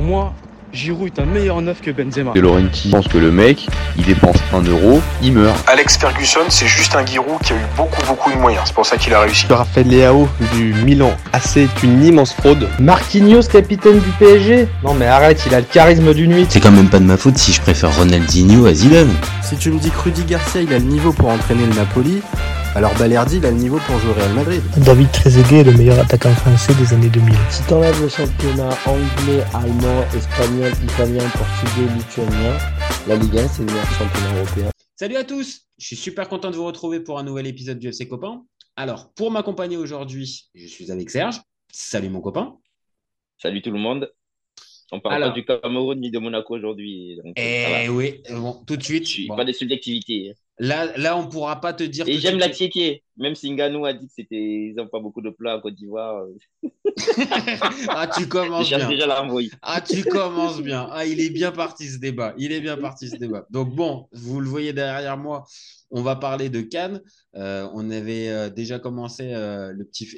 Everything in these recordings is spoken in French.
moi, Giroud est un meilleur neuf que Benzema. De Laurenti pense que le mec, il dépense 1 euro, il meurt. Alex Ferguson, c'est juste un Giroud qui a eu beaucoup de moyens. C'est pour ça qu'il a réussi. Raphaël Leao du Milan AC est une immense fraude. Marquinhos, capitaine du PSG? Non mais arrête, il a le charisme d'une nuit. C'est quand même pas de ma faute si je préfère Ronaldinho à Zidane. Si tu me dis que Rudy Garcia il a le niveau pour entraîner le Napoli, alors Balerdi il a le niveau pour jouer au Real Madrid. David Trezeguet est le meilleur attaquant français des années 2000. Si t'enlèves le championnat anglais, allemand, espagnol, italien, portugais, lituanien, la Ligue 1 c'est le meilleur championnat européen. Salut à tous, je suis super content de vous retrouver pour un nouvel épisode du FC Copain. Alors, pour m'accompagner aujourd'hui, je suis avec Serge. Salut mon copain. Salut tout le monde. On parle pas du Cameroun ni de Monaco aujourd'hui. Oui, bon, tout de suite. Bon. Pas de subjectivité. Là, on pourra pas te dire. Et j'aime la tiéké. Même si Ngannou a dit que ils n'ont pas beaucoup de plats en Côte d'Ivoire. Ah, tu commences bien. Déjà l'envoyer. Ah, tu commences bien. Ah, il est bien parti ce débat. Donc bon, vous le voyez derrière moi, on va parler de CAN. On avait déjà commencé la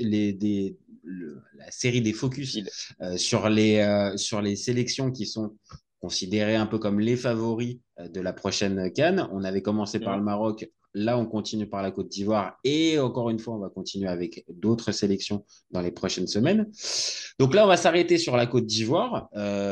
série des focus sur les sélections qui sont considérés un peu comme les favoris de la prochaine CAN. On avait commencé par le Maroc, là on continue par la Côte d'Ivoire et encore une fois on va continuer avec d'autres sélections dans les prochaines semaines. Donc là on va s'arrêter sur la Côte d'Ivoire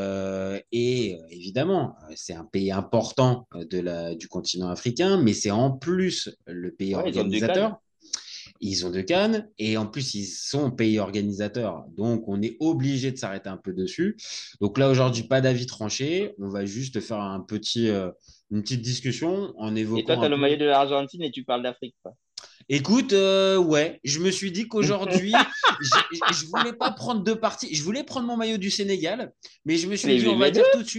et évidemment c'est un pays important du continent africain, mais c'est en plus le pays organisateur. Ils ont deux CAN et en plus, ils sont pays organisateurs. Donc, on est obligé de s'arrêter un peu dessus. Donc là, aujourd'hui, pas d'avis tranché. On va juste faire une petite discussion en évoquant. Et toi, tu as le maillot de l'Argentine et tu parles d'Afrique, quoi. Écoute, ouais, je me suis dit qu'aujourd'hui, je voulais pas prendre deux parties. Je voulais prendre mon maillot du Sénégal, mais je me suis dit, on va dire tout de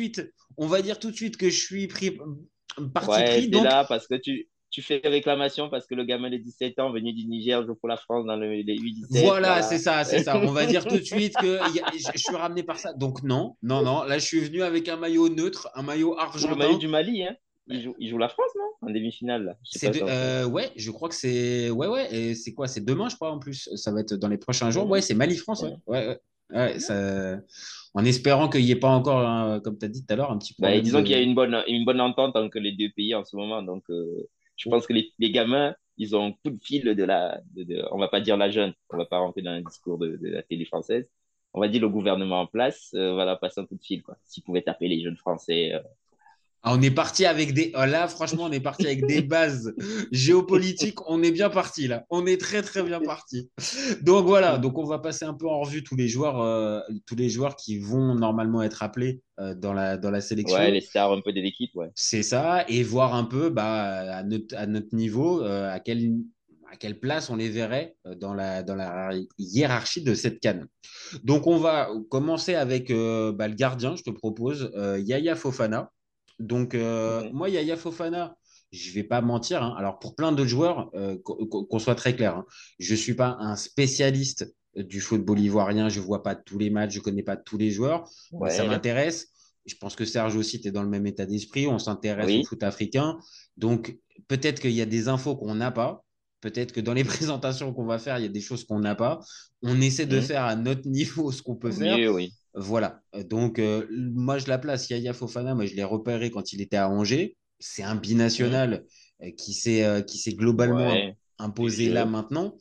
suite que je suis parti pris. Donc là parce que tu fais réclamation parce que le gamin de 17 ans venu du Niger joue pour la France dans les U17. Voilà, c'est ça. On va dire tout de suite que je suis ramené par ça. Donc non. Là, je suis venu avec un maillot neutre, un maillot argentin. Le maillot du Mali, hein. Il joue la France, non? En demi-finale, là. Ouais, je crois que c'est... Ouais. Et c'est quoi? C'est demain, je crois, en plus. Ça va être dans les prochains jours. Ouais, c'est Mali-France, ouais. Ça... En espérant qu'il n'y ait pas encore, comme tu as dit tout à l'heure, un petit peu... disons qu'il y a une bonne entente entre les deux pays en ce moment, donc... Je pense que les gamins, ils ont un coup de fil on va pas dire la jeune, on va pas rentrer dans un discours de la télé française. On va dire le gouvernement en place, va leur passer un coup de fil, quoi. S'ils pouvaient taper les jeunes Français. On est parti avec là, franchement, on est parti avec des bases géopolitiques. On est bien parti, là. On est très, très bien parti. Donc, voilà. Donc, on va passer un peu en revue tous les joueurs qui vont normalement être appelés dans la sélection. Ouais, les stars un peu de l'équipe, ouais. C'est ça. Et voir un peu, à notre niveau, à quelle place on les verrait dans la hiérarchie de cette CAN. Donc, on va commencer avec le gardien, je te propose, Yaya Fofana. Donc, moi, Yaya Fofana, je ne vais pas mentir. Alors, pour plein d'autres joueurs, qu'on soit très clair, je ne suis pas un spécialiste du football ivoirien. Je ne vois pas tous les matchs, je ne connais pas tous les joueurs. Mais ça m'intéresse. Je pense que Serge aussi, tu es dans le même état d'esprit. On s'intéresse au foot africain. Donc, peut-être qu'il y a des infos qu'on n'a pas. Peut-être que dans les présentations qu'on va faire, il y a des choses qu'on n'a pas. On essaie de faire à notre niveau ce qu'on peut faire. Oui. Voilà. Donc, moi, je la place. Yaya Fofana, moi, je l'ai repéré quand il était à Angers. C'est un binational qui s'est globalement imposé là maintenant.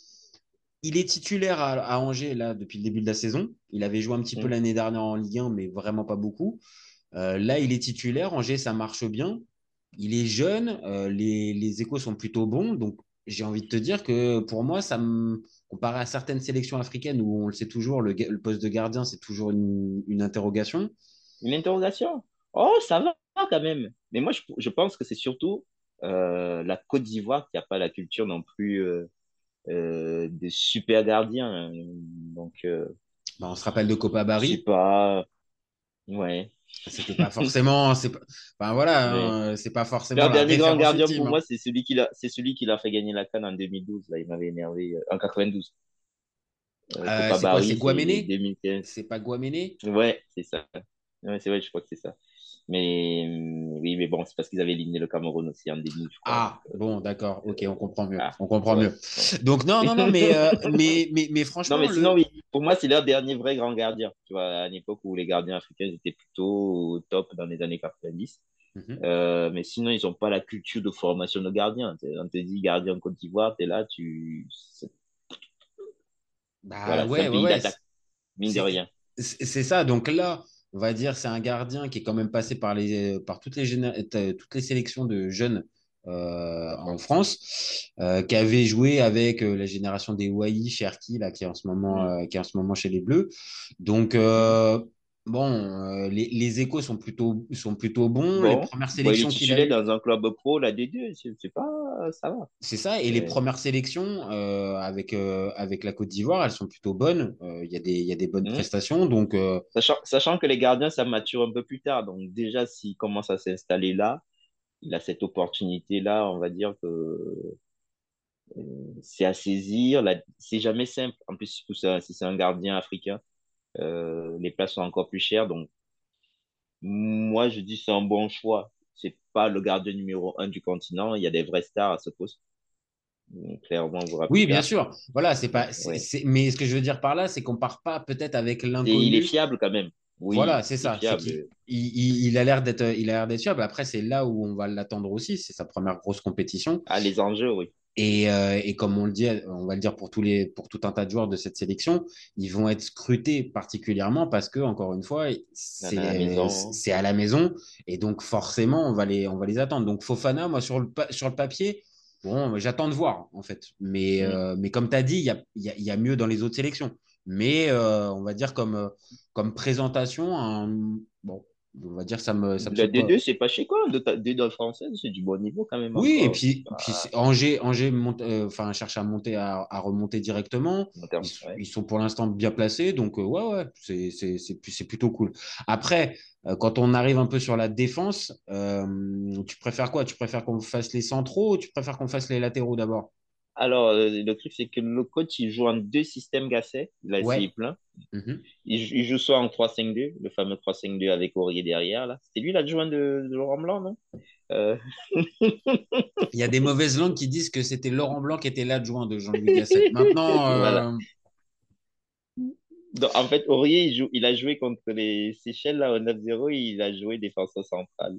Il est titulaire à Angers là depuis le début de la saison. Il avait joué un petit peu l'année dernière en Ligue 1, mais vraiment pas beaucoup. Là, il est titulaire. Angers, ça marche bien. Il est jeune. Les échos sont plutôt bons. Donc, j'ai envie de te dire que pour moi, ça me comparé à certaines sélections africaines où on le sait toujours, le poste de gardien, c'est toujours une interrogation. Une interrogation? Oh, ça va quand même. Mais moi, je pense que c'est surtout la Côte d'Ivoire qui n'a pas la culture non plus de super gardiens. Donc, on se rappelle de Kopa Barry. Je sais pas. Ouais. C'était pas forcément. C'est pas forcément. Le dernier grand gardien pour moi, c'est celui qui l'a fait gagner la CAN en 2012. Là, il m'avait énervé en 92. C'est quoi? C'est Guaméné? C'est pas Guaméné? Ouais, c'est ça. Ouais, c'est vrai, je crois que c'est ça. Mais oui, mais bon, c'est parce qu'ils avaient éliminé le Cameroun aussi en demi, je crois. Ah, bon, d'accord, ok, on comprend mieux. Ah, On comprend ouais, mieux. ouais. Donc, non, non, non, mais Non, franchement, mais sinon, oui, pour moi, c'est leur dernier vrai grand gardien. Tu vois, à une époque où les gardiens africains étaient plutôt au top dans les années 90. Mhm. Mais sinon, ils n'ont pas la culture de formation de gardien. On te dit gardien en Côte d'Ivoire, tu es là, Bah voilà, c'est un ouais, ouais, pays ouais. d'attaque, mine de C'est rien. c'est ça. Donc là, on va dire, c'est un gardien qui est quand même passé par toutes les sélections de jeunes en France, qui avait joué avec la génération des Wai, Cherki, là, Mm. qui est en ce moment chez les Bleus. Donc, Mhm. bon, les échos sont plutôt bons. Les Bon, premières bon, il est sélections qu'il a titulaire eues, dans un club pro, la D2, c'est pas, ça va. c'est ça. Et les Euh, premières sélections avec la Côte d'Ivoire, elles sont plutôt bonnes. Il y a des bonnes mm. prestations. Donc, Sachant que les gardiens, ça mature un peu plus tard. Donc déjà, s'il commence à s'installer là, il a cette opportunité-là, on va dire que c'est à saisir. C'est jamais simple. En plus, surtout si c'est un gardien africain, les places sont encore plus chères. Donc, moi, je dis c'est un bon choix. C'est pas le gardien numéro un du continent. Il y a des vrais stars à ce poste. Donc, clairement, oui, bien Rapika. sûr. Voilà, c'est pas. Ouais. Mais ce que je veux dire par là, c'est qu'on part pas peut-être avec Et il est l'inconnu. fiable quand même. Voilà, Oui, c'est il est ça. C'est qu'il fiable. il a l'air d'être fiable. Après, c'est là où on va l'attendre aussi. C'est sa première grosse compétition. Ah, les enjeux, oui. Et comme on le dit, on va le dire pour tout un tas de joueurs de cette sélection, ils vont être scrutés particulièrement parce que, encore une fois, On a la maison. c'est à la maison. Et donc, forcément, on va les attendre. Donc, Fofana, moi, sur le papier, bon, j'attends de voir, en fait. Mm. Mais comme tu as dit, il y a mieux dans les autres sélections. Mais on va dire comme présentation, bon, on va dire ça me La saute pas. D2, c'est pas chez quoi. D2 française, c'est du bon niveau quand même Oui, et encore. puis, Angers enfin, cherche à remonter directement. Ouais. Ils sont pour l'instant bien placés, donc ouais, ouais, c'est plutôt cool. Après, quand on arrive un peu sur la défense, tu préfères quoi? Tu préfères qu'on fasse les centraux ou tu préfères qu'on fasse les latéraux d'abord? Alors, le truc, c'est que le coach, il joue en deux systèmes Gasset. Il a essayé Ouais. plein. Mhm. Il joue soit en 3-5-2, le fameux 3-5-2 avec Aurier derrière, là. C'était lui l'adjoint de Laurent Blanc, non? Euh, Il y a des mauvaises langues qui disent que c'était Laurent Blanc qui était l'adjoint de Jean-Louis Gasset. Maintenant, Voilà. Donc, en fait, Aurier, il a joué contre les Seychelles, là, au 9-0. Il a joué défenseur central.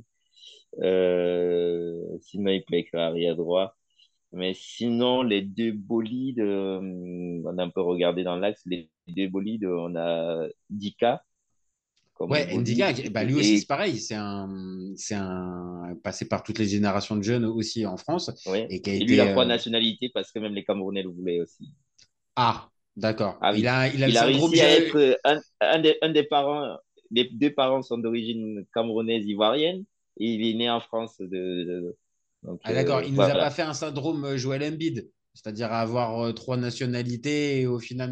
Sinon, il peut être arrière droit. Mais sinon, les deux bolides, on a un peu regardé dans l'axe, les deux bolides, on a Dika comme ouais, Ndika, bolide. bah lui aussi, c'est pareil. C'est un passé par toutes les générations de jeunes aussi en France Ouais. et qui a Et lui, il été. a trois nationalités parce que même les Camerounais le voulaient aussi. Ah, d'accord. Ah oui. Il a le Il a syndrome. réussi à être un des parents, les deux parents sont d'origine camerounaise ivoirienne et il est né en France. Donc, Ah, d'accord. Il nous a pas voilà. fait un syndrome Joel Embiid, c'est-à-dire avoir trois nationalités et au final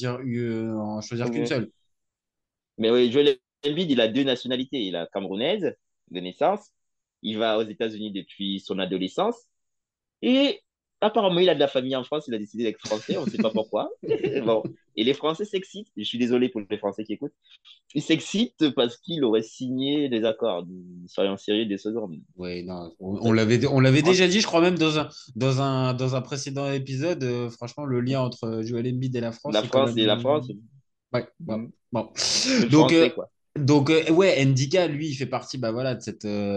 en choisir qu'une Euh, seule. Mais oui, Joel Embiid, il a deux nationalités. Il a camerounaise de naissance. Il va aux États-Unis depuis son adolescence. Et apparemment, il a de la famille en France. Il a décidé d'être français. On ne sait pas pourquoi. Bon. Et les Français s'excitent. Je suis désolé pour les Français qui écoutent. Ils s'excitent parce qu'il aurait signé des accords. Soyons sérieux des secondes. Oui, non, on l'avait déjà dit, je crois même dans un précédent épisode. Franchement, le lien entre Joel Embiid et la France La est quand France même. et la France, Ouais, bon. Bon. c'est le Donc, français, quoi. ouais, Ndika, lui, il fait partie bah, voilà, de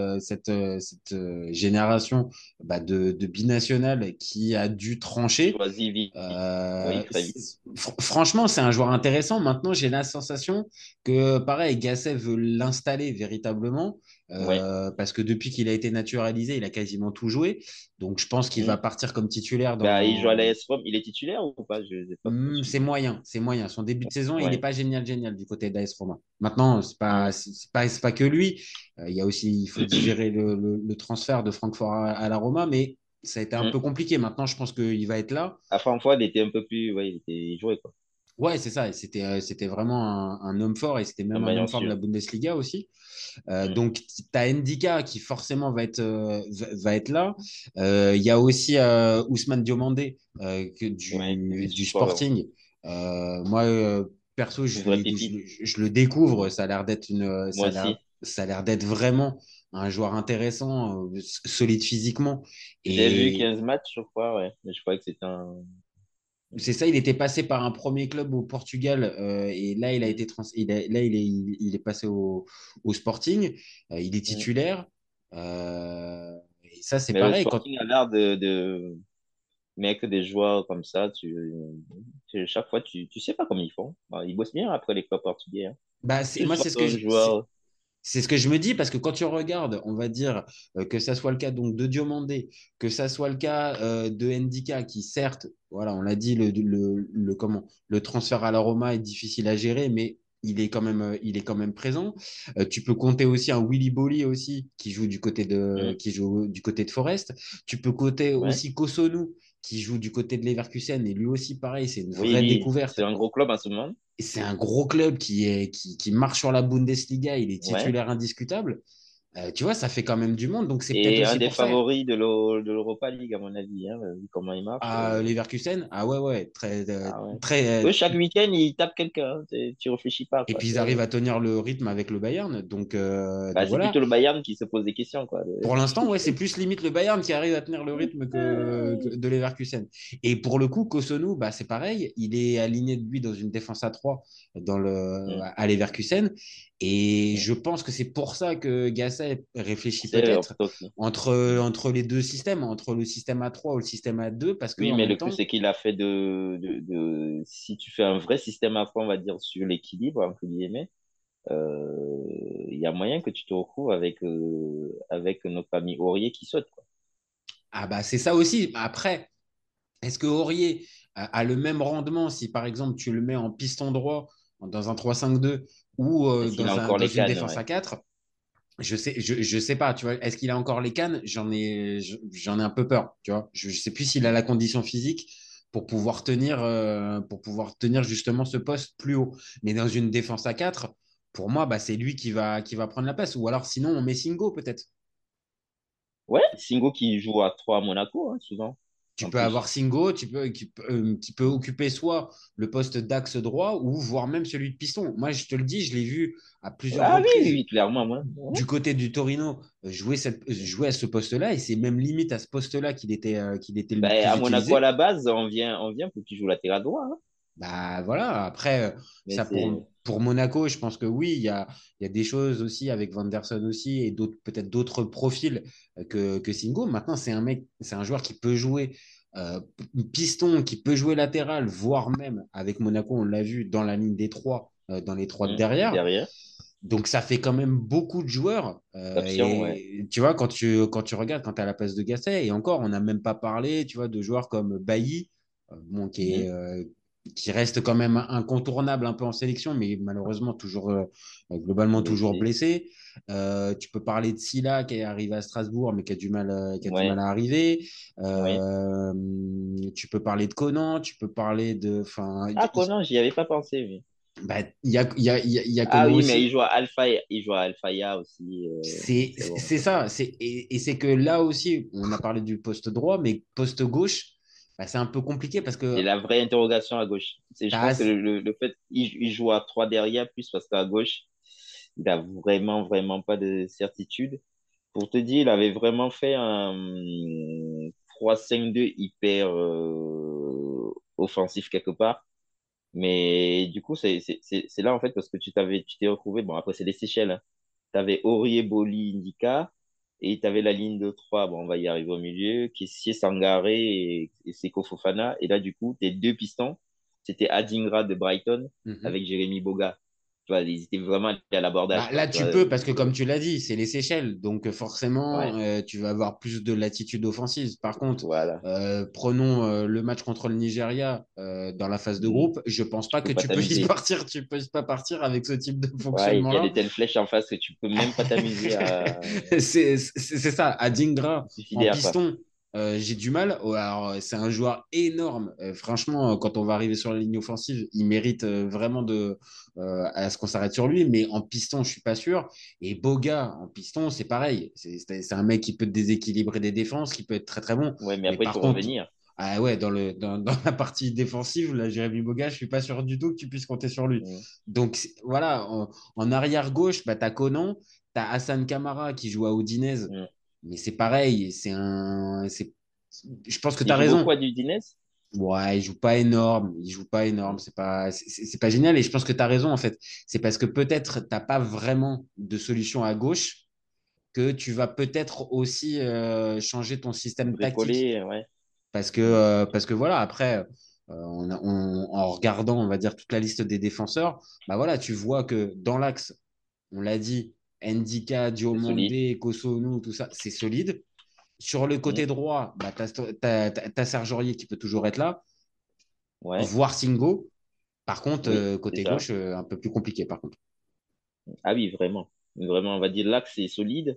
cette génération bah, de binationales qui a dû trancher. Choisi vite. Oui, très vite. Franchement, c'est un joueur intéressant. Maintenant, j'ai la sensation que, pareil, Gasset veut l'installer véritablement Ouais. parce que depuis qu'il a été naturalisé, il a quasiment tout joué. Donc, je pense qu'il va Hmm. partir comme titulaire Bah, il joue à dans. l'AS Rome. Il est titulaire ou pas? Je n'ai pas trop C'est suivi. moyen, c'est moyen. Son début de saison, il n'est Ouais. pas génial, génial du côté d'AS Roma. Maintenant, Hmm. c'est pas que lui. Il y a aussi, il faut digérer le transfert de Francfort à la Roma, mais ça a été un Hmm. peu compliqué. Maintenant, je pense qu'il va être là. À Francfort, il était un peu plus. Ouais, il jouait, quoi. Ouais, c'est ça. Et c'était vraiment un homme fort et c'était Un même un homme maillon fort de la sûr. Bundesliga aussi. Hmm. Donc, tu as Ndika qui forcément va être là. Il y a aussi Ousmane Diomandé Ouais, du du sport. Sporting. Moi, perso, Une vraie pépite. je le découvre. Ça a l'air d'être Moi aussi. ça a l'air d'être vraiment un joueur intéressant, solide physiquement. J'ai vu Et 15 matchs, je crois, ouais. Mais je crois que c'était un. c'est ça, il était passé par un premier club au Portugal et là, il a été là, il est passé au Sporting. Il est Mm. titulaire. Et ça, c'est Mais le pareil. Sporting a l'air de mettre des joueurs comme ça. Chaque fois, tu sais pas comment ils font. Bah, ils bossent bien après les clubs portugais, hein. Bah, Tu moi, sors un joueur. c'est ce que je me dis parce que quand tu regardes, on va dire que ça soit le cas donc de Diomandé, que ça soit le cas de Ndika, qui certes, voilà, on l'a dit, le transfert à la Roma est difficile à gérer, mais il est quand même présent. Tu peux compter aussi un Willy Bolly aussi Mm. qui joue du côté de Forest. Tu peux compter Ouais. aussi Kosunu qui joue du côté de Leverkusen et lui aussi pareil, c'est une Oui, vraie oui. C'est découverte. un gros club en ce moment. Et c'est un gros club qui marche sur la Bundesliga, il est Ouais. titulaire indiscutable. Tu vois, ça fait quand même du monde, donc c'est peut-être Et un aussi des pour ça. favoris de l'Europa League, à mon avis, hein, vu comment il marche. À Leverkusen, ah ouais, ouais, Ah ouais. très. Eux, chaque week-end, ils tapent quelqu'un, hein. Tu réfléchis pas, Et quoi. puis ils arrivent à tenir le rythme avec le Bayern, Bah, donc c'est voilà. plutôt le Bayern qui se pose des questions, quoi. Pour l'instant, ouais, c'est plus limite le Bayern qui arrive à tenir le rythme que de Leverkusen. Et pour le coup, Kosunu, bah, c'est pareil. Il est aligné de lui dans une défense à 3 Mm, à Leverkusen. Et mm. je pense que c'est pour ça que Gasset réfléchit C'est peut-être aussi. entre les deux systèmes, entre le système à 3 ou le système à 2, parce Oui, qu'en mais même le truc, temps, c'est qu'il a fait si tu fais un vrai système à fond, on va dire, sur l'équilibre, entre guillemets, il y a moyen que tu te retrouves avec notre ami Aurier qui saute, quoi. ah bah, c'est ça aussi. Après, est-ce que Aurier a le même rendement si, par exemple, tu le mets en piston droit dans un 3-5-2 ou Est-ce qu'il a encore dans les une cannes, défense ouais. à 4? Je sais pas, tu vois. Est-ce qu'il a encore les cannes? J'en ai un peu peur, tu vois. Je sais plus s'il a la condition physique pour pouvoir tenir justement ce poste plus haut. Mais dans une défense à 4, pour moi, bah, c'est lui qui va prendre la place. Ou alors, sinon, on met Singo peut-être. Ouais, Singo qui joue à 3 à Monaco, hein, souvent, Tu en peux avoir plus. Singo, qui peut occuper soit le poste d'axe droit ou voire même celui de piston. Moi, je te le dis, je l'ai vu à plusieurs Ah oui, oui, reprises oui, clairement, moi. Ouais. du côté du Torino jouer à ce poste-là et c'est même limite à ce poste-là qu'il était le Ben, plus à Monaco, à utilisé. la base, on vient pour qu'il joue latéral droit, hein. Bah voilà, après, Mais ça c'est. pour Monaco, je pense que oui, il y a des choses aussi avec Vanderson aussi et peut-être d'autres profils que Singo. Maintenant, c'est un joueur qui peut jouer piston, qui peut jouer latéral, voire même avec Monaco, on l'a vu dans la ligne des trois, dans les trois de derrière. Derrière, Donc ça fait quand même beaucoup de joueurs. l'option, ouais. Et tu vois, quand tu regardes, quand tu as la place de Gasset, et encore, on n'a même pas parlé, tu vois, de joueurs comme Bailly, bon, Mhm. qui reste quand même incontournable un peu en sélection, mais malheureusement toujours globalement toujours Blessé. blessé. Tu peux parler de Silla qui est arrivé à Strasbourg, mais qui a du mal Ouais, à arriver. ouais. Euh, Tu peux parler de Conan, tu peux parler de, enfin, Ah, Conan, j'y avais pas pensé, oui. bah, il y a Ah Conan oui, mais aussi. Il joue à Alfaya aussi. C'est bon. C'est ça. Et c'est que là aussi, on a parlé du poste droit, mais poste gauche, bah, c'est un peu compliqué parce C'est que la vraie interrogation à gauche. Je pense que t'as- le fait qu'il joue à 3 derrière, plus parce qu'à gauche, il a vraiment, vraiment pas de certitude. Pour te dire, il avait vraiment fait un 3-5-2 hyper offensif quelque part. Mais du coup, c'est là, en fait, parce que tu t'es retrouvé, bon, après, c'est les Seychelles, hein. Tu avais Aurier, Boli, Indica, et tu avais la ligne de 3 bon, on va y arriver au milieu, Kessié, Sangaré et Seko Fofana. Et là, du coup, tes deux pistons, c'était Adingra de Brighton Mhm. avec Jérémy Boga. Tu vois, ils étaient vraiment allés à Bah, l'abordage, quoi. là, Tu tu vois, peux parce que comme tu l'as dit, c'est les Seychelles, donc ouais, forcément, tu vas avoir plus de latitude offensive. Par contre, voilà. prenons le match contre le Nigeria dans la phase de Mm. groupe. Je pense Tu pas peux que pas t'amuser. tu puisses pas partir avec ce type de Ouais, et puis il y a fonctionnement-là. des telles flèches en face que tu peux même pas t'amuser à. C'est ça, à Dingra en Suicidaire, quoi. piston, j'ai du mal. Oh, alors, c'est un joueur énorme. Franchement, quand on va arriver sur la ligne offensive, il mérite vraiment à ce qu'on s'arrête sur lui. Mais en piston, je suis pas sûr. Et Boga en piston, c'est pareil. C'est un mec qui peut déséquilibrer des défenses, qui peut être très très bon. Ouais, mais Mais après, il par faut contre, revenir. Ah ouais, dans la partie défensive, là, Jérémy Boga, je suis pas sûr du tout que tu puisses compter sur lui. Mm. Donc voilà, en arrière gauche, bah, tu as Conan, tu as Hassan Kamara qui joue à Udinese, Mm. mais c'est pareil, je pense que tu Il as joue beaucoup raison. à du Udinese? Ouais, il joue pas énorme, il joue pas énorme, Mm. c'est pas génial et je pense que tu as raison en fait. C'est parce que peut-être t'as pas vraiment de solution à gauche que tu vas peut-être aussi changer ton système tactique Bricolé, ouais. Mm. parce que voilà, après, en regardant, on va dire, toute la liste des défenseurs, bah voilà, tu vois que dans l'axe, on l'a dit, Ndika, C'est solide. Diomandé, Kosunu, tout ça, c'est solide. Sur le Mm. côté droit, bah, tu as Serge Aurier qui peut toujours être là, Ouais, voire Singo. Par contre, oui, c'est côté ça. gauche, un peu plus compliqué, par contre. Ah oui, vraiment. Vraiment, on va dire l'axe est solide.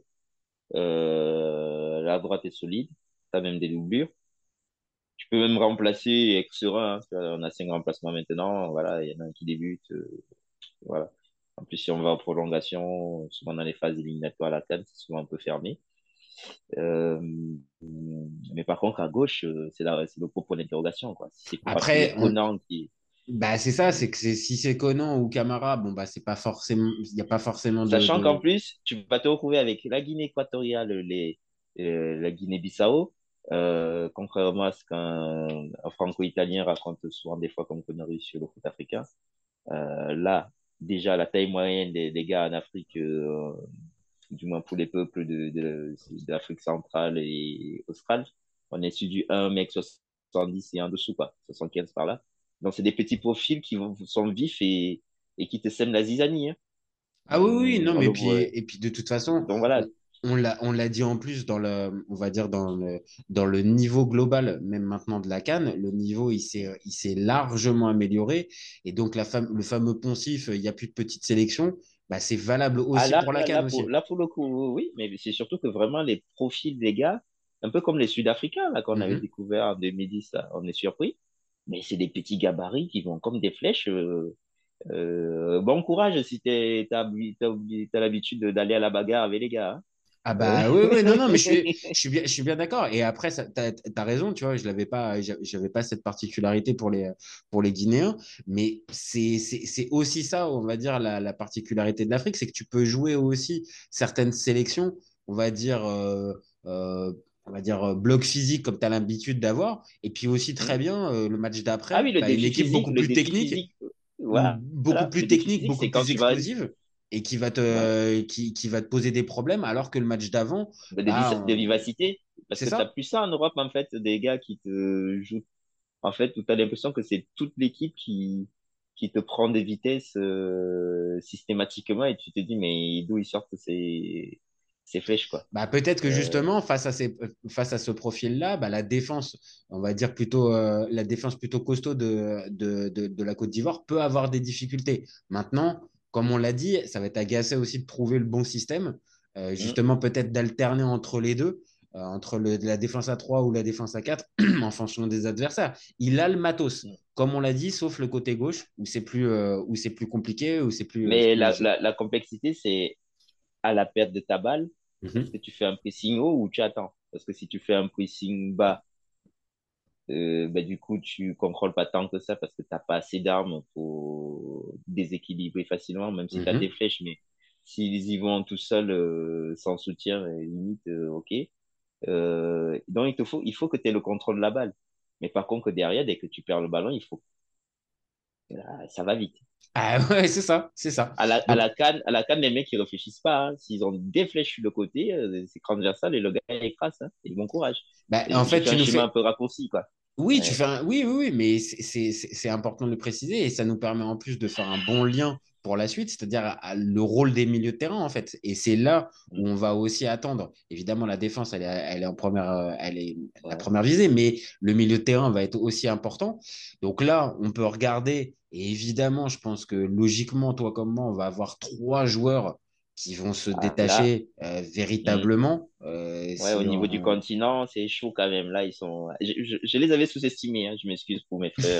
La droite est solide. T'as même des doublures. Tu peux même remplacer avec serein, hein. On a 5 remplacements maintenant. Voilà, il y en a un qui débute. Voilà. En plus, si on va en prolongation, souvent dans les phases éliminatoires à la CAN, c'est souvent un peu fermé. Euh, mais par contre, à gauche, c'est le propos d'interrogation, quoi. Si c'est pour appeler Après, Conan qui. bah, c'est ça, c'est que si c'est Conan ou Camara, bon, bah, c'est pas forcément, il n'y a pas forcément Sachant qu'en plus, tu vas te retrouver avec la Guinée équatoriale, la Guinée-Bissau, contrairement à ce qu'un franco-italien raconte souvent des fois comme conneries sur le foot africain. Là, déjà, la taille moyenne des gars en Afrique, du moins pour les peuples de l'Afrique centrale et australe, on est sur du 1 m 70 et en dessous, quoi, 75 par là. Donc, c'est des petits profils sont vifs et qui te sèment la zizanie, hein. Ah oui, oui, non, On mais le puis, voit. et puis de toute façon, Donc voilà. on l'a dit en plus on va dire dans le niveau global, même maintenant de la CAN, le niveau, il s'est largement amélioré. Et donc, le fameux poncif, il n'y a plus de petite sélection, bah, c'est valable Ah aussi pour la CAN aussi. là, pour le coup, oui, mais c'est surtout que vraiment les profils des gars, un peu comme les Sud-Africains là qu'on avait Mhm. découvert en 2010, là, on est surpris. Mais c'est des petits gabarits qui vont comme des flèches. Bon courage si t'as l'habitude d'aller à la bagarre avec les gars, hein. Ah Euh, bah oui, oui, non, non, mais je suis bien d'accord. Et après, t'as raison, tu vois, j'avais pas cette particularité pour les Guinéens, mais c'est aussi ça, on va dire, la particularité de l'Afrique, c'est que tu peux jouer aussi certaines sélections, on va dire, euh, bloc physique comme tu as l'habitude d'avoir, et puis aussi très hmm. bien le match Ah d'après, oui, le bah, une défi équipe physique, beaucoup plus technique voilà. beaucoup Le plus défi technique, physique, beaucoup c'est quand plus tu vas. explosive et Ouais. qui va te poser des problèmes, alors que le match d'avant, De vivacité. Parce c'est que tu n'as ça. plus ça en Europe, en fait, des gars qui te jouent. En fait, où tu as l'impression que c'est toute l'équipe qui te prend des vitesses systématiquement et tu te dis, mais d'où ils sortent ces flèches, quoi. Bah, peut-être que Euh, justement, face à ce profil-là, bah, la défense, on va dire plutôt la défense plutôt costaud de la Côte d'Ivoire peut avoir des difficultés. Maintenant, comme on l'a dit, ça va être agacé aussi de trouver le bon système, hmm, justement peut-être d'alterner entre les deux, entre la défense à 3 ou la défense à 4 en fonction des adversaires. Il a le matos, hmm. comme on l'a dit, sauf le côté gauche, où c'est plus compliqué, où c'est Mais plus difficile. la complexité, c'est à la perte de ta balle, est-ce Mhm. que tu fais un pressing haut ou tu attends? Parce que si tu fais un pressing bas, bah, du coup, tu contrôles pas tant que ça parce que t'as pas assez d'armes pour déséquilibrer facilement, même si tu as tes Mhm. flèches, mais s'ils y vont tout seuls, sans soutien, limite, ok. Donc, il faut que tu aies le contrôle de la balle. Mais par contre, derrière, dès que tu perds le ballon, là, ça va vite. Ah ouais, c'est ça, c'est ça. Donc, À la CAN, les mecs, ils réfléchissent pas, hein. S'ils ont des flèches sur le côté, c'est transversal et le gars, il écrase, hein. Et bon courage. bah, en Et je fait, fais tu un nous schéma un fais. peu raccourci, quoi. Oui, Ouais. oui, oui, oui, mais c'est important de le préciser et ça nous permet en plus de faire un bon lien pour la suite, c'est-à-dire le rôle des milieux de terrain, en fait. Et c'est là où on va aussi attendre. Évidemment, la défense, elle est en première, elle est la Ouais. première visée, mais le milieu de terrain va être aussi important. Donc là, on peut regarder, et évidemment, je pense que logiquement, toi comme moi, on va avoir trois joueurs qui vont se Ah, là, détacher hmm. véritablement. Ouais, au niveau du continent, c'est chaud quand même. Là, ils sont. Je les avais sous-estimés, hein. Je m'excuse pour mes frères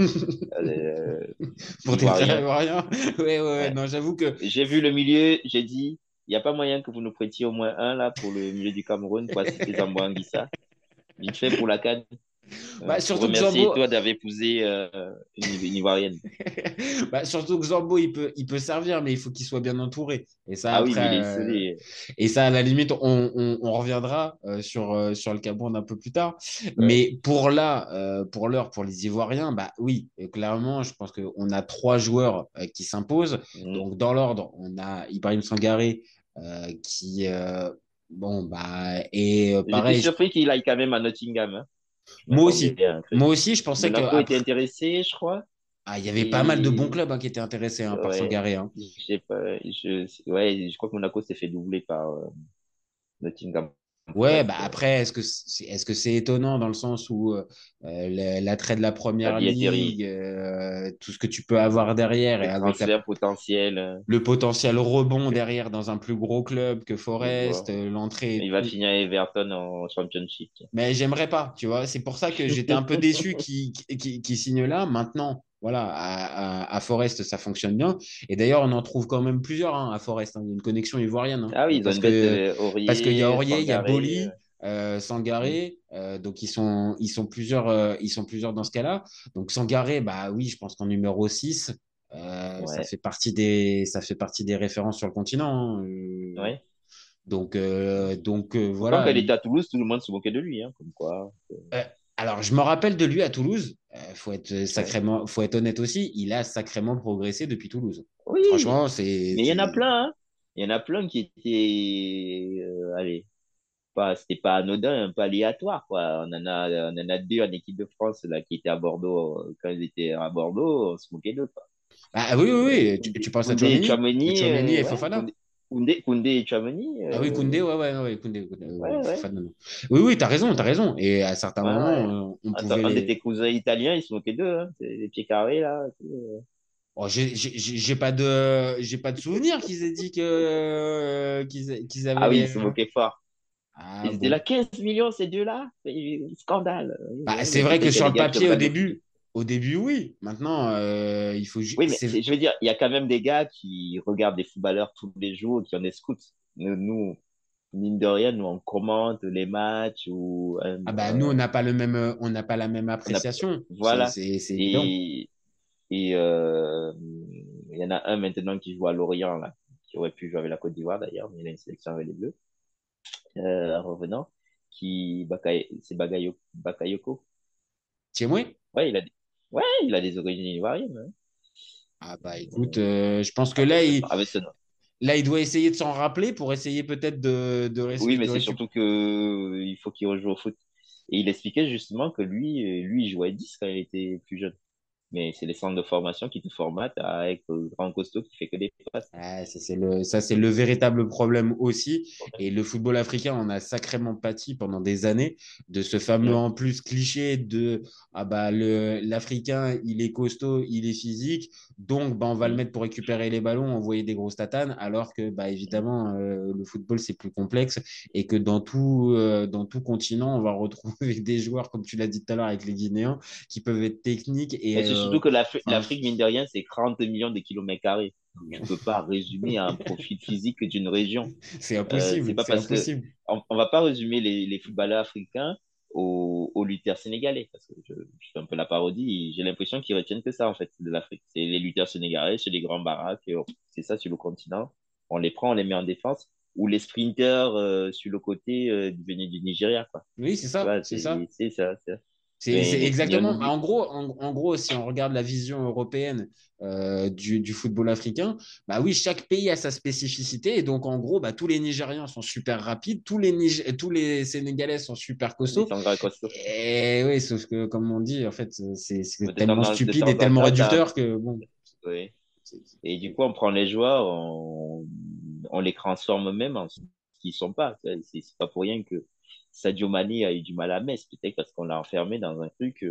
euh, Pour tes frères ivoiriens. ivoiriens. Ouais, ouais, ouais. Ouais. Non, j'avoue que. J'ai vu le milieu, j'ai dit, il n'y a pas moyen que vous nous prêtiez au moins un là pour le milieu du Cameroun pour assister Zambo Anguissa. Vite fait pour la CAN. Surtout que Remercier Zambo, toi d'avoir épousé une Ivoirienne. surtout que Zambo, il peut servir, mais il faut qu'il soit bien entouré. Et ça, Ah oui, mais il est après, isolé. et ça, à la limite, on reviendra sur le Cameroun un peu plus tard. Ouais. Mais pour l'heure, pour les Ivoiriens, bah oui, clairement, je pense qu'on a trois joueurs qui s'imposent. Donc, dans l'ordre, on a Ibrahim Sangaré qui, bon, bah, et J'étais pareil, surpris qu'il aille quand même à Nottingham. Hein. Je moi m'attendais aussi. à un truc. Moi aussi, je pensais que Monaco était après, intéressé, je crois. il y avait pas mal de bons Et clubs qui étaient intéressés par ouais, Sangaré. je sais pas, ouais, je crois que Monaco s'est fait doubler par Nottingham Ouais, Forest. bah après, est-ce que c'est étonnant dans le sens où l'attrait de la La première billetterie, ligue, tout ce que tu peux avoir derrière et les avec transferts potentiels, le potentiel rebond derrière dans un plus gros club que tu Forest, vois. l'entrée. Il va finir à Everton en Championship. Mais j'aimerais pas, tu vois. C'est pour ça que j'étais un peu déçu qu'il signe là. Maintenant, voilà, à Forest, ça fonctionne bien. Et d'ailleurs, on en trouve quand même plusieurs à Forest. Il y a une connexion ivoirienne. Ah oui, ils ont Parce une bête que parce qu'il y a Aurier, Aurier, il y a Sangaré. Boli, Mm. Sangaré. Donc ils sont plusieurs dans ce cas-là. Donc Sangaré, bah oui, je pense qu'en numéro 6, ça Ouais, fait partie des références sur le continent. ouais. Donc Pourtant, quand voilà. il était à Toulouse, tout le monde se moquait de lui, hein, comme quoi. Euh, alors, je me rappelle de lui à Toulouse. Ouais. Faut être honnête aussi. Il a sacrément progressé depuis Toulouse. Oui, Franchement, c'est, mais il y en a c'est- plein, hein. Il y en a plein qui étaient, allez, c'était pas anodin, pas aléatoire, quoi. On en a deux en équipe de France, là, qui étaient à Bordeaux, quand ils étaient à Bordeaux, on se moquait d'eux, quoi. Ah oui, oui, oui. Tu penses à Koundé et Tchouaméni? Tchouaméni, Tchouaméni et ouais, Fofana? Koundé et Tchouaméni, Ah oui, Koundé, ouais, ouais, ouais, Koundé, ouais, ouais, Fofana, non. Oui, oui, t'as raison. Et à certains ouais, ouais. moments, on Attends, pouvait un de les. tes cousins italiens, ils se moquaient d'eux, hein. C'est les pieds carrés, là. Oh, j'ai pas de souvenir qu'ils aient dit qu'ils Ah oui, avaient. ils se moquaient fort. Ah Ils étaient là, bon. 15 millions, ces deux-là? Scandale. Bah, Ouais, c'est mais vrai que peut-être qu'il y a sur des le gars qui papier, au regardent le foot. début, oui. Maintenant, il faut. Oui, mais je veux dire, il y a quand même des gars qui regardent des footballeurs tous les jours, qui ont des scouts. Mine de rien, nous, on commente les matchs ou Ah bah nous, on n'a pas la même on a, appréciation. C'est, voilà. c'est, c'est évident. Et, et il y en a un maintenant qui joue à Lorient, là, qui aurait pu jouer avec la Côte d'Ivoire d'ailleurs, mais il a une sélection avec les Bleus, en revenant, c'est Bakayoko. Tu es moi? Ouais, ouais, il a des origines ivoiriennes. Hein. Ah bah écoute, je pense que là, Avec ce nom. là, il doit essayer de s'en rappeler pour essayer peut-être Oui, mais de c'est récupérer. surtout que il faut qu'il rejoue au foot. Et il expliquait justement que lui, il jouait à 10 quand il était plus jeune. Mais c'est les centres de formation qui te formatent à être grand costaud qui fait que des passes. Ah, ça, c'est le véritable problème aussi. Et le football africain en a sacrément pâti pendant des années de ce fameux Mm. en plus cliché de ah bah l'Africain, il est costaud, il est physique, donc bah, on va le Mm. mettre pour récupérer les ballons, envoyer des grosses tatanes, alors que bah, Mm. évidemment le football c'est plus complexe et que dans tout continent, on va retrouver des joueurs, comme tu l'as dit tout à l'heure avec les Guinéens, qui peuvent être techniques Mais et c'est surtout que enfin, l'Afrique, mine de rien, c'est 40 millions de kilomètres carrés. Tu peux pas résumer un profil physique d'une région. c'est C'est impossible, pas c'est parce que impossible. on va pas résumer les footballeurs africains aux lutteurs sénégalais parce que je fais un peu la parodie. J'ai l'impression qu'ils retiennent que ça en fait de l'Afrique. C'est les lutteurs sénégalais, c'est les grands baraques, c'est ça sur le continent. On les prend, on les met en défense ou les sprinters sur le côté venus du Nigeria quoi. Oui, c'est Tu ça, vois, c'est ça. c'est ça. C'est Mais on exactement. oublie. En gros, si on regarde la vision européenne du football africain, bah oui, chaque pays a sa spécificité. Et donc, en gros, bah, tous les Nigériens sont super rapides, tous les Sénégalais sont super Ils costauds. sont gras costauds. Et oui, sauf que, comme on dit, en fait, c'est De temps, tellement de stupide et temps en tellement temps, réducteur que, bon. oui. c'est- Et du coup, on prend les joueurs, on les transforme même en ce qu'ils sont pas. C'est pas pour rien que Sadio Mané a eu du mal à Metz, peut-être parce qu'on l'a enfermé dans un truc.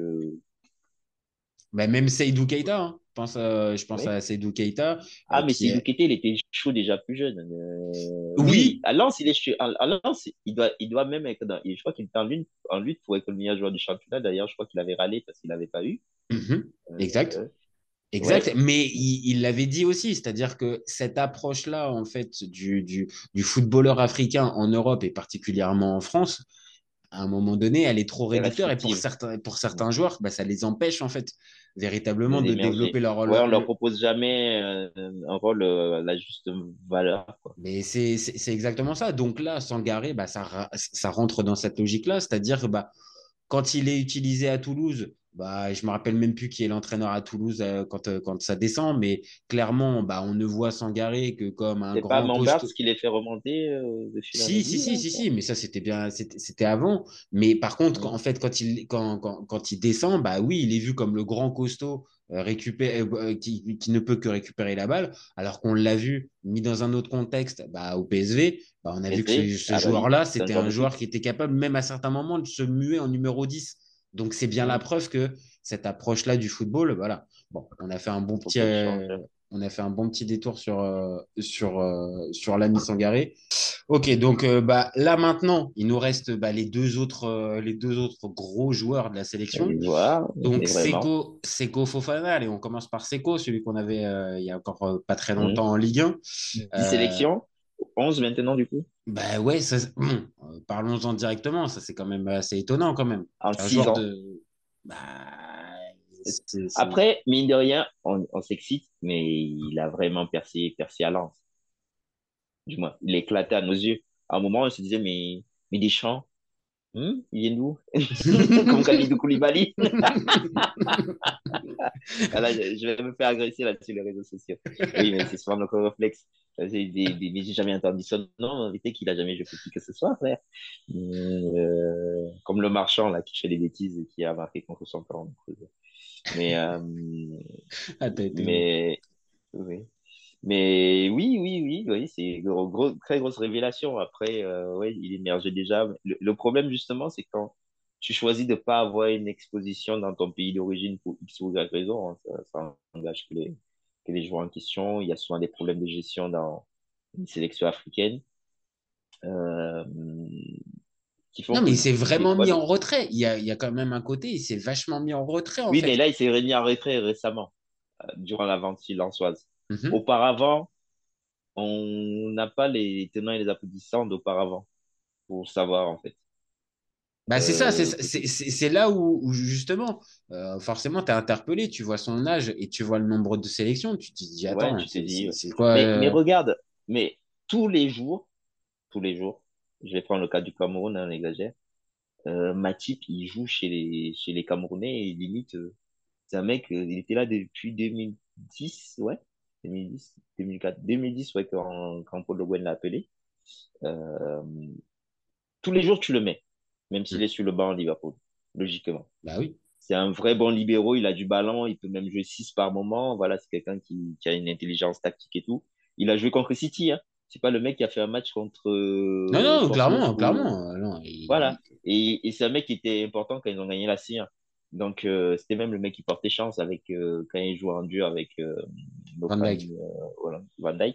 Bah, même Seydou Keita, hein. Je pense Oui. à Seydou Keita, Ah, mais qui Seydou est. Keita, il était chaud déjà plus jeune. Oui, Oui. à Lens, il est chaud. À Lens, il doit même être je crois qu'il était en lutte pour être le meilleur joueur du championnat. D'ailleurs, je crois qu'il avait râlé parce qu'il n'avait pas eu. Mhm. Exact. Euh, Exact, ouais. mais il l'avait dit aussi, c'est-à-dire que cette approche-là, en fait, du footballeur africain en Europe et particulièrement en France, à un moment donné, elle est trop C'est réducteur et restrictive. pour certains joueurs, bah, ça les empêche en fait véritablement de D'émerger. développer leur Ouais, on leur rôle. propose jamais un rôle à la juste valeur, quoi. Mais c'est exactement ça. Donc là, Sangaré, bah, ça rentre dans cette logique-là, c'est-à-dire que bah, quand il est utilisé à Toulouse, bah, je me rappelle même plus qui est l'entraîneur à Toulouse quand ça descend, mais clairement, bah, on ne voit Sangaré que comme un C'est pas grand Mamberts costaud. qui les fait remonter de fil en aiguille, là, ça. Si, mais ça c'était bien, c'était avant. Mais par contre, Mm. en fait, quand il descend, bah oui, il est vu comme le grand costaud qui ne peut que récupérer la balle, alors qu'on l'a vu mis dans un autre contexte, bah, au PSV, bah, on a vu que PSV, ce ah bah oui, joueur-là, c'est un c'était joueur un de joueur foot. qui était capable, même à certains moments, de se muer en numéro 10. Donc c'est bien la Mm. preuve que cette approche-là du football, voilà. Bon, on a fait un bon Faut petit, qu'elle change. on a fait un bon petit détour sur l'ami Sangaré. Ok, donc bah, là maintenant, il nous reste bah, les deux autres gros joueurs de la sélection. Les joueurs, Donc mais vraiment. Seko Fofana, allez, on commence par Seko, celui qu'on avait il y a encore pas très Mm. longtemps en Ligue 1. 10 sélections, 11 maintenant, du coup, Bah ouais, parlons-en directement, ça c'est quand même assez étonnant quand même. en Un 6 joueur ans. de... Bah, Après, mine de rien, on s'excite, mais il a vraiment percé à Lens. Du moins, il éclatait à nos yeux. À un moment, on se disait, mais Deschamps, il vient d'où? Comme Kalidou Koulibaly. Ah là, je vais me faire agresser là sur les réseaux sociaux. Oui, mais c'est souvent notre réflexe. Mais j'ai jamais entendu ça. Non, en vérité, qu'il a jamais joué au foot que ce soit, frère. Comme le marchand là qui fait des bêtises et qui a marqué contre son camp. Mais, Ah, t'as été bon. mais, oui. Mais oui, c'est très grosse révélation. Après, ouais, il émergeait déjà. Le problème, justement, c'est quand tu choisis de pas avoir une exposition dans ton pays d'origine pour X ou Y raison, hein, ça engage que les joueurs en question. Il y a souvent des problèmes de gestion dans une sélection africaine euh, qui font Non, mais que il s'est des vraiment fois, mis en retrait. Il y a quand même un côté, il s'est vachement mis en retrait en oui, mais fait. là, il s'est réuni en retrait récemment, durant la vente lensoise. Mhm. Auparavant, on n'a pas les tenants et les aboutissants d'auparavant pour savoir, en fait. Bah c'est ça, Euh, que- c'est là où justement, forcément, tu es interpellé, tu vois son âge et tu vois le nombre de sélections, tu te dis, ouais, attends, tu te dis. Ouais. c'est quoi Mais regarde, mais tous les jours, tous les jours, je vais prendre le cas du Cameroun, on exagère. Matip, il joue chez les Camerounais et limite, c'est un mec, il était là depuis 2010, ouais, 2010, 2004, 2010, ouais, quand Paul Le Guen l'a appelé. Euh, Tous les jours, tu le mets, même s'il Hmm. est sur le banc à Liverpool, logiquement. Bah oui. C'est un vrai bon libéraux, il a du ballon, il peut même jouer 6 par moment. Voilà, c'est quelqu'un qui a une intelligence tactique et tout. Il a joué contre City, hein. C'est pas le mec qui a fait un match contre Non, non, Portsmouth ou clairement. Non, voilà. Et c'est un mec qui était important quand ils ont gagné la C1. Donc c'était même le mec qui portait chance avec quand il jouait en dur avec Van notre Dijk. ami voilà, Van Dijk.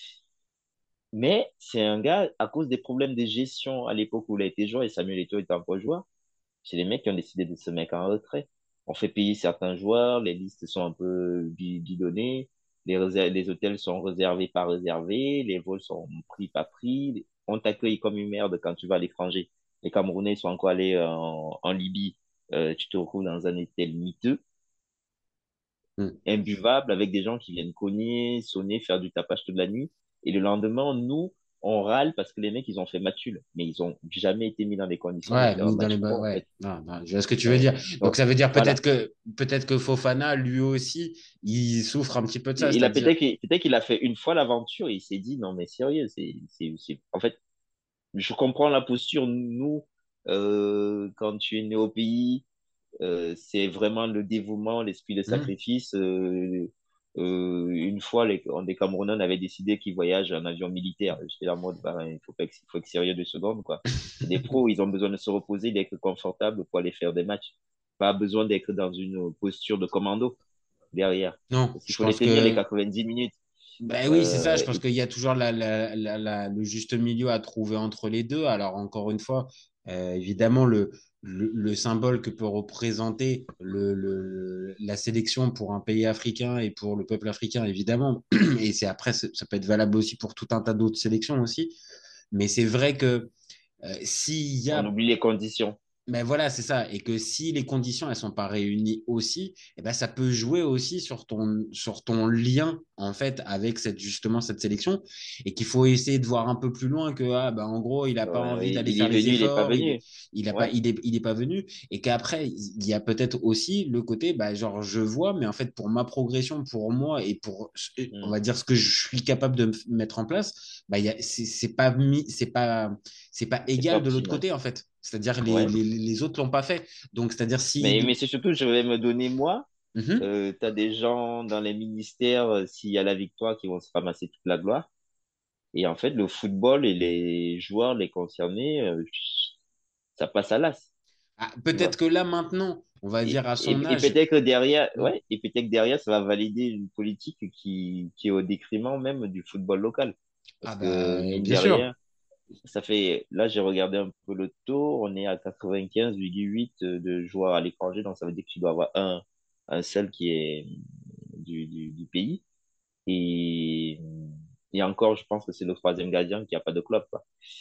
Mais c'est un gars, à cause des problèmes de gestion à l'époque où il a été joueur et Samuel Eto'o était un peu joueur, c'est les mecs qui ont décidé de se mettre en retrait. On fait payer certains joueurs, les listes sont un peu bidonnées, les hôtels sont réservés pas réservés, les vols sont pris pas pris. On t'accueille comme une merde quand tu vas à l'étranger. Les Camerounais sont encore allés en Libye, tu te retrouves dans un hôtel miteux, Hmm. imbuvable, avec des gens qui viennent cogner, sonner, faire du tapage toute la nuit. Et le lendemain, nous, on râle parce que les mecs, ils ont fait match nul. Mais ils ont jamais été mis dans des conditions de Ouais, faire un mis dans match les pro, bas. en Ouais, fait. non, non, je vois ce que tu veux Euh, dire. Donc donc, ça veut dire voilà. peut-être que Fofana, lui aussi, il souffre un petit peu de ça, Il a c'est-à-dire. peut-être qu'il a fait une fois l'aventure et il s'est dit, non, mais sérieux, en fait, je comprends la posture. Nous, quand tu es né au pays, c'est vraiment le dévouement, l'esprit de Hmm. sacrifice. Une fois, des Camerounais avaient décidé qu'ils voyagent en avion militaire. J'étais là en mode, ben, il faut être sérieux 2 secondes, quoi. C'est des pros, ils ont besoin de se reposer, d'être confortables pour aller faire des matchs. Pas besoin d'être dans une posture de commando derrière. Non, Parce qu'il je faut les pense tenir les que 90 minutes. ben oui, c'est ça. Je pense Et qu'il y a toujours le juste milieu à trouver entre les deux. Alors, encore une fois, évidemment, le symbole que peut représenter la sélection pour un pays africain et pour le peuple africain, évidemment. Et c'est après, ça peut être valable aussi pour tout un tas d'autres sélections aussi. Mais c'est vrai que s'il y On a oublie les conditions. mais voilà, c'est ça. Et que si les conditions elles sont pas réunies aussi, eh ben, ça peut jouer aussi sur ton lien en fait avec justement cette sélection et qu'il faut essayer de voir un peu plus loin que en gros il n'a pas envie d'aller Il est faire les venu, il est pas efforts, venu. Ouais. il est pas venu et qu'après il y a peut-être aussi le côté genre je vois mais en fait pour ma progression pour moi et pour on va dire ce que je suis capable de mettre en place, c'est pas C'est pas égal de l'autre optimal. côté en fait. C'est-à-dire Ouais. les autres l'ont pas fait. Donc c'est-à-dire Mais c'est surtout, je vais me donner moi. Mhm. Tu as des gens dans les ministères, s'il y a la victoire, qui vont se ramasser toute la gloire. Et en fait, le football et les joueurs, les concernés, ça passe à l'as. Tu Peut-être vois. que là maintenant, on va dire à son Et âge. peut-être que derrière, Ouais. et peut-être que derrière, ça va valider une politique qui est au détriment même du football local. Parce que, mine de Bien sûr. rien, ça fait, là, j'ai regardé un peu le taux, on est à 95,8 de joueurs à l'étranger, donc ça veut dire que tu dois avoir un seul qui est du pays. Et, et encore, je pense que c'est le troisième gardien qui n'a pas de club, quoi.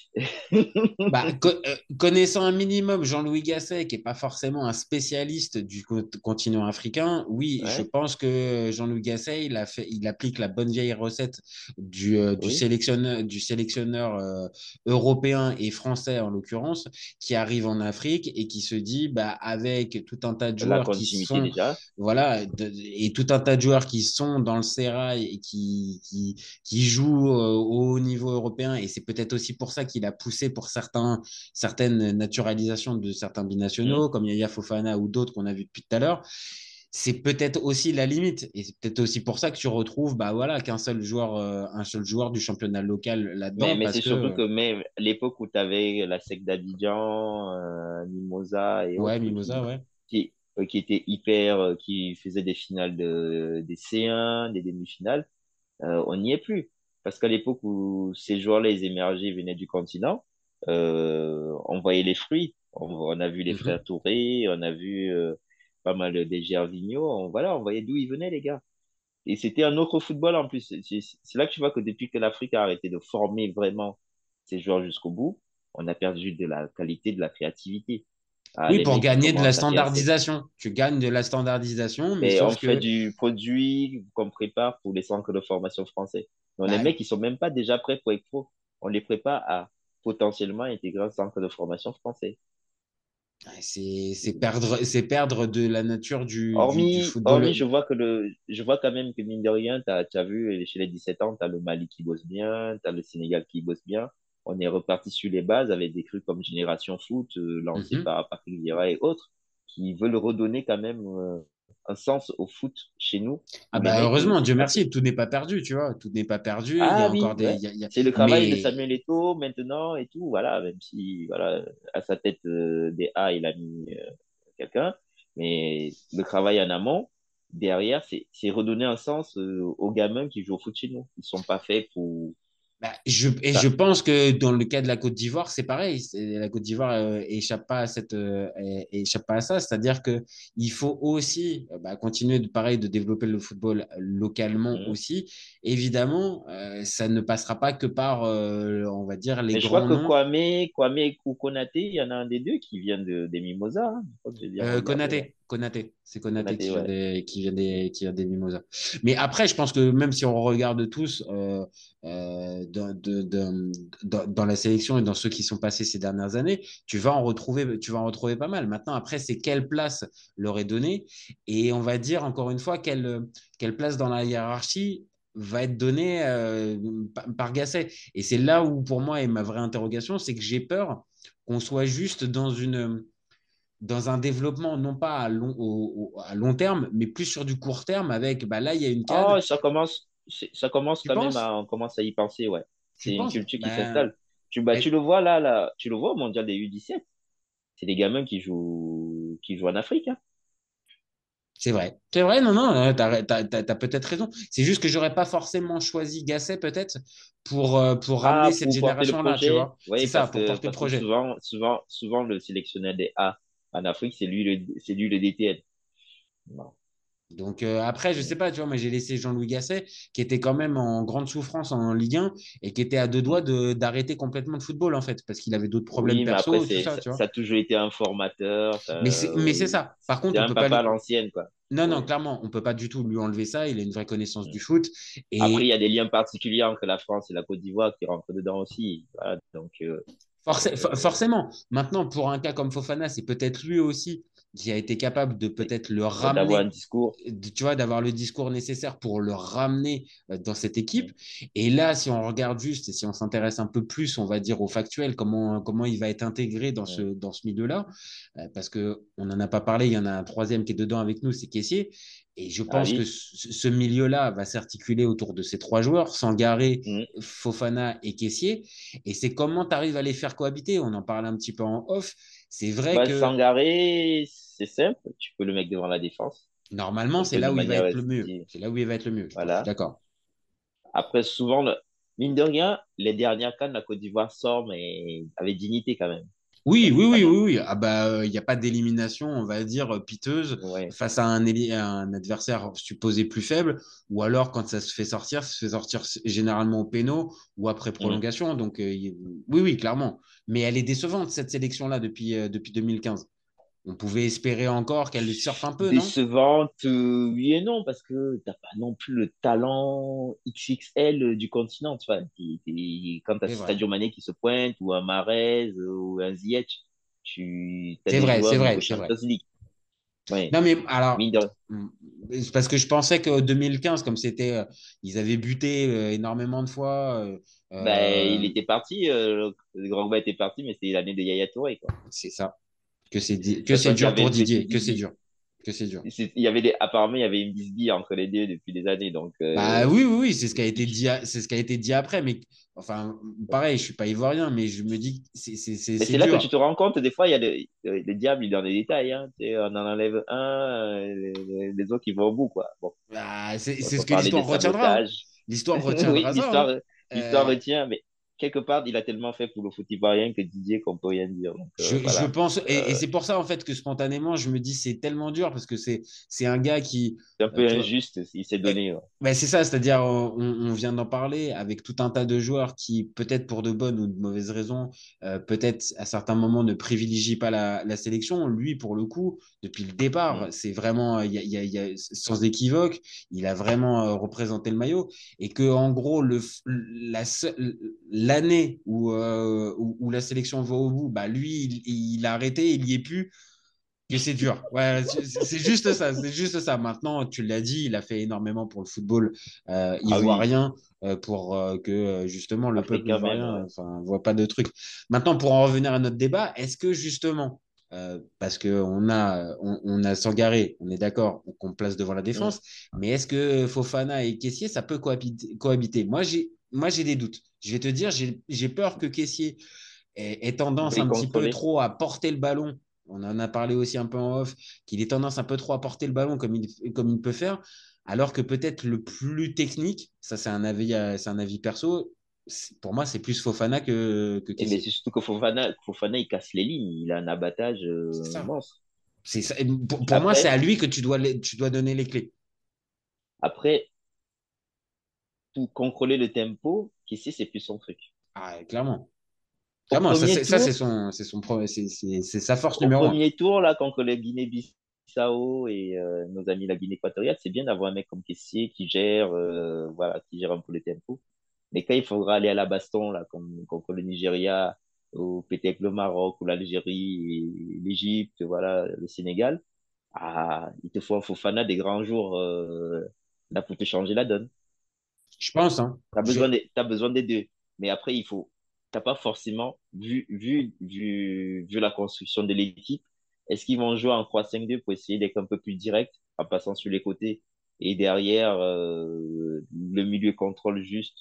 Connaissant un minimum Jean-Louis Gasset, qui n'est pas forcément un spécialiste du continent africain, oui, je Ouais, pense que Jean-Louis Gasset, il applique la bonne vieille recette oui, du sélectionneur européen et français en l'occurrence, qui arrive en Afrique et qui se dit, avec tout un tas de la joueurs qui continuité sont, déjà. voilà, et tout un tas de joueurs qui sont dans le sérail et qui joue au haut niveau européen. Et c'est peut-être aussi pour ça qu'il a poussé pour certaines naturalisations de certains Hmm. binationaux, comme Yaya Fofana ou d'autres qu'on a vu depuis tout à l'heure. C'est peut-être aussi la limite. Et c'est peut-être aussi pour ça que tu retrouves voilà, un seul joueur du championnat local là-dedans. Mais Parce c'est surtout que, que même l'époque où tu avais la SEC d'Abidjan, Mimosa et ouais, autres Mimosa, ouais. qui étaient hyper, qui faisaient des finales des C1, des demi-finales, on n'y est plus. Parce qu'à l'époque où ces joueurs-là, ils émergeaient, ils venaient du continent, on voyait les fruits. On a vu les frères Mhm. Touré, on a vu pas mal des Gervinho. Voilà, on voyait d'où ils venaient, les gars. Et c'était un autre football en plus. C'est là que tu vois que depuis que l'Afrique a arrêté de former vraiment ses joueurs jusqu'au bout, on a perdu de la qualité, de la créativité. Ah, Oui, les pour mecs, ils gagner de la commencent à faire standardisation. Tu gagnes de la standardisation, mais mais sauf on fait que du produit qu'on prépare pour les centres de formation français. Donc les bah, mecs, ils sont même pas déjà prêts pour être pro. On les prépare à potentiellement intégrer un centre de formation français. c'est perdre de la nature du Hormis, football. je vois quand même que mine de rien, t'as vu, chez les 17 ans, t'as le Mali qui bosse bien, t'as le Sénégal qui bosse bien. On est reparti sur les bases avec des trucs comme Génération Foot, lancés Mhm. par Patrick Vieira et autres, qui veulent redonner quand même, un sens au foot chez nous, où les mecs, Heureusement, c'est Dieu pas que, merci, tout n'est pas perdu, tu vois. Tout n'est pas perdu. Il y a ah encore oui, des. ouais. C'est le travail de Mais Samuel Eto'o maintenant et tout, voilà, même si, voilà, à sa tête, des A, il a mis, quelqu'un, mais le travail en amont, derrière, c'est redonner un sens, aux gamins qui jouent au foot chez nous. Ils sont pas faits pour je ça. pense que dans le cas de la Côte d'Ivoire, c'est pareil. La Côte d'Ivoire échappe pas à ça. C'est-à-dire que il faut aussi continuer pareil, de développer le football localement Mhm. aussi. Évidemment, ça ne passera pas que par, on va dire, les Mais je crois grands que noms. Kwame ou Konaté, il y en a un des deux qui vient des Mimosas, hein. Je crois que j'ai bien regardé là. Konaté. C'est Konaté Konaté, ouais. qui vient des Mimosas. Mais après, je pense que même si on regarde tous dans la sélection et dans ceux qui sont passés ces dernières années, tu vas en retrouver pas mal. Maintenant, après, c'est quelle place leur est donnée et on va dire encore une fois quelle place dans la hiérarchie va être donnée par Gasset. Et c'est là où, pour moi, est ma vraie interrogation, c'est que j'ai peur qu'on soit juste dans un développement, non pas à long terme, mais plus sur du court terme avec, là, il y a une canne. Oh, ça commence Tu quand même penses? on commence à y penser, ouais. Tu C'est une penses? culture qui s'installe. Tu le vois là, tu le vois au mondial des U17. C'est des gamins qui jouent en Afrique, hein. C'est vrai. C'est vrai, non, non, t'as peut-être raison. C'est juste que j'aurais pas forcément choisi Gasset, peut-être, pour ramener Ah, cette pour porter le génération-là, tu projet? vois. C'est Oui, ça, pour porter le parce que projet. souvent, le sélectionneur des A en Afrique, c'est lui le DTN. Non. Donc après, je sais pas, tu vois, moi j'ai laissé Jean-Louis Gasset, qui était quand même en grande souffrance en Ligue 1 et qui était à deux doigts d'arrêter complètement le football, en fait, parce qu'il avait d'autres problèmes Oui, mais après, perso, tout ça, tu vois. ça a toujours été un formateur. Mais c'est ça. Par C'est contre, on un peut pas papa à lui... l'ancienne, quoi. Non, non, Ouais. clairement, on peut pas du tout lui enlever ça. Il a une vraie connaissance du foot. Après, il y Et a des liens particuliers entre la France et la Côte d'Ivoire qui rentrent dedans aussi. Voilà, donc, forcément. Maintenant, pour un cas comme Fofana, c'est peut-être lui aussi qui a été capable de peut-être le d'avoir un ramener, discours. tu vois, d'avoir le discours nécessaire pour le ramener dans cette équipe. Et là, si on regarde juste et si on s'intéresse un peu plus, on va dire au factuel, comment il va être intégré dans ce milieu-là, parce qu'on n'en a pas parlé, il y en a un troisième qui est dedans avec nous, c'est Caissier. Et je Ah pense que oui. ce milieu-là va s'articuler autour de ces trois joueurs, Sangaré, Mhm. Fofana et Caissier. Et c'est comment tu arrives à les faire cohabiter. On en parlait un petit peu en off. C'est vrai Bah, que Sangaré, c'est simple. Tu peux le mettre devant la défense. normalement, Un c'est peu de là où il va être manière le mieux. C'est là où il va être le mieux. Je suis Voilà. d'accord. Après, souvent, mine de rien, les dernières CAN, la Côte d'Ivoire sort, mais avec dignité quand même. Oui, oui, Pas oui, non oui, oui. plus. Ah bah, il n'y a pas d'élimination, on va dire, piteuse Ouais. face à un adversaire supposé plus faible, ou alors quand ça se fait sortir généralement au péno ou après Mhm. prolongation. Donc, oui, oui, clairement. Mais elle est décevante, cette sélection-là, depuis 2015. On pouvait espérer encore qu'elle surfe un peu, non? Décevante, oui et non, parce que t'as pas non plus le talent XXL du continent. Tu vois. Quand t'as C'est vrai. Sadio Mané qui se pointe, ou un Mahrez, ou un Ziyech, tu as C'est des vrai, c'est joueurs vrai, niveau c'est vrai. Champions League. Ouais. Non, mais alors, Mine de- c'est parce que je pensais qu'en 2015, comme c'était, ils avaient buté énormément de fois. Ben, il Euh, était parti, le grand était parti, mais c'était l'année de Yaya Touré, quoi. c'est ça. Que c'est Sachant qu'il y dur avait pour le petit Didier. Que c'est Didier. dur. Que c'est dur. Apparemment, il y avait une bisbille entre les deux depuis des années, donc, Bah oui, oui, oui, c'est ce qui a été dit, c'est ce qui a été dit après. Mais enfin, pareil, je suis pas ivoirien, mais je me dis que mais c'est c'est là que tu dur. te rends compte, des fois, il y a le diable, il est dans les détails, hein. Tu sais, on en enlève un, les autres, ils vont au bout, quoi. Bon, Bah, on c'est peut ce que parler des l'histoire retiendra, hein. sabotages. L'histoire Oui, retiendra ça, hein. l'histoire Euh, retient, mais quelque part, il a tellement fait pour le foot ivoirien que Didier qu'on peut rien dire. Donc, Je voilà. pense, et Euh, c'est pour ça en fait que spontanément, je me dis c'est tellement dur parce que c'est un gars qui, c'est un peu tu vois, injuste, il s'est donné. Ouais. ben, c'est ça, c'est-à-dire on vient d'en parler avec tout un tas de joueurs qui, peut-être pour de bonnes ou de mauvaises raisons, peut-être à certains moments ne privilégient pas la sélection. Lui, pour le coup, depuis le départ, Mm. c'est vraiment, sans équivoque, il a vraiment représenté le maillot et que en gros l'année où la sélection va au bout, bah lui, il a arrêté, il y est plus que c'est dur. Ouais, c'est juste ça, c'est juste ça. Maintenant, tu l'as dit, il a fait énormément pour le football Ah oui, ivoirien, pour que justement le peuple africain même, ivoirien ouais. enfin, voit pas de trucs. Maintenant, pour en revenir à notre débat, est-ce que justement, parce on a Sangaré, on est d'accord, qu'on place devant la Mm. défense, mais est-ce que Fofana et Kessié, ça peut cohabiter? Moi, j'ai des doutes. Je vais te dire, j'ai peur que Kessié ait Il peut tendance les un petit peu contrôler. trop à porter le ballon. On en a parlé aussi un peu en off, qu'il ait tendance un peu trop à porter le ballon comme il peut faire, alors que peut-être le plus technique, ça c'est un avis perso, pour moi c'est plus Fofana que Et mais Kessié. c'est surtout que Fofana, il casse les lignes. Il a un abattage C'est ça. monstre. C'est ça. Et pour moi, c'est Après, à lui que tu dois donner les clés. après, pour contrôler le tempo, Kessie, c'est plus son truc. Ah, clairement. Au Clairement, premier tour, c'est sa force au numéro un. premier tour, là, contre le Guinée-Bissau et nos amis la Guinée équatoriale, c'est bien d'avoir un mec comme Kessie qui gère, voilà, qui gère un peu le tempo. Mais quand il faudra aller à la baston, là, comme contre le Nigeria, ou peut-être le Maroc, ou l'Algérie, et l'Égypte, voilà, le Sénégal, ah, il te faut un Fofana des grands jours là pour te changer la donne. Je pense, hein. T'as besoin des deux. Mais après, t'as pas forcément vu la construction de l'équipe. Est-ce qu'ils vont jouer en 3-5-2 pour essayer d'être un peu plus direct en passant sur les côtés et derrière, le milieu contrôle juste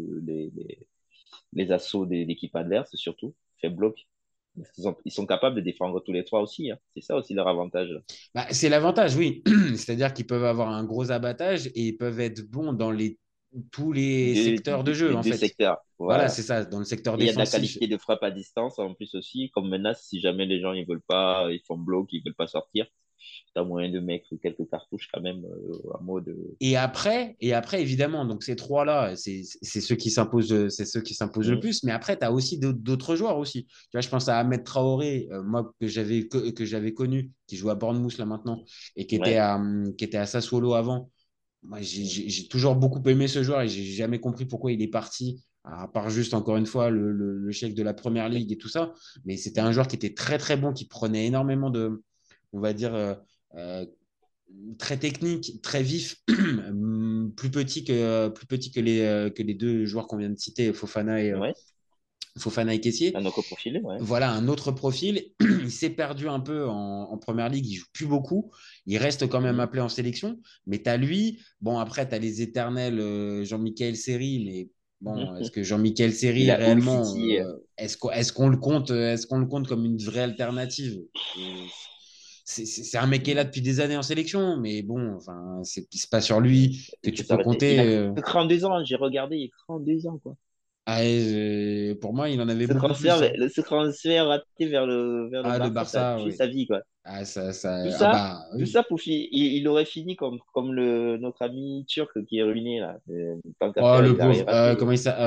les assauts de l'équipe adverse, surtout, fait bloc. Ils sont capables de défendre tous les trois aussi. Hein. C'est ça aussi leur avantage. Bah, c'est l'avantage, oui. C'est-à-dire qu'ils peuvent avoir un gros abattage et ils peuvent être bons dans tous les secteurs de jeu, Les en deux fait. secteurs. Voilà, Voilà. c'est ça, dans le secteur Et il y a de la défensif. qualité de frappe à distance en plus aussi, comme menace si jamais les gens ils veulent pas, ils font bloc, ils veulent pas sortir. t'as moyen de mettre quelques cartouches quand même en mode. Et après, évidemment, donc ces trois-là, c'est ceux qui s'imposent, c'est ceux qui s'imposent le plus. Mais après, tu as aussi d'autres joueurs aussi. Tu vois, je pense à Ahmed Traoré, moi que j'avais connu, qui joue à Bournemouth là maintenant et qui était à Sassuolo avant. Moi, j'ai toujours beaucoup aimé ce joueur et j'ai jamais compris pourquoi il est parti. À part juste, encore une fois, le chèque de la première ligue et tout ça. Mais c'était un joueur qui était très, très bon, qui prenait énormément on va dire, euh, très technique, très vif, plus petit que les deux joueurs qu'on vient de citer, Ouais, Fofana et Kessié. un autre profil, ouais. Voilà un autre profil. Il s'est perdu un peu en première ligue, il joue plus beaucoup. Il reste quand même appelé en sélection. Mais tu as lui, bon, après, tu as les éternels Jean-Michel Seri, mais bon, est-ce que Jean-Michel Il Seri a Hull réellement, City. est-ce qu'on le compte comme une vraie alternative? C'est un mec qui est là depuis des années en sélection, mais bon, enfin, c'est pas sur lui que Il faut tu peux s'arrêter. Il compter. a que 32 ans, j'ai regardé, il a 32 ans, quoi. Pour moi, il en avait Ce beaucoup transfert, plus, hein. ce transfert raté vers le Ah, le Barça, ça a Barça, tué oui. sa vie, quoi. Ah, Tout ah ça, bah tout oui. ça il aurait fini comme notre ami turc qui est ruiné, là. Tant qu'à Oh, faire, le il aurait pauvre. raté. Comment il s'appelle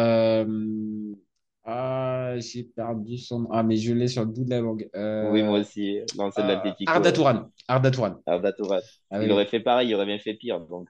Ah, j'ai perdu son nom. Ah, mais je l'ai sur le bout de la langue. Oui, moi aussi, l'ancien de l'Atlético, Arda Turan. Arda Turan. Arda Turan. Ah, Il oui. aurait fait pareil, il aurait bien fait pire. Donc,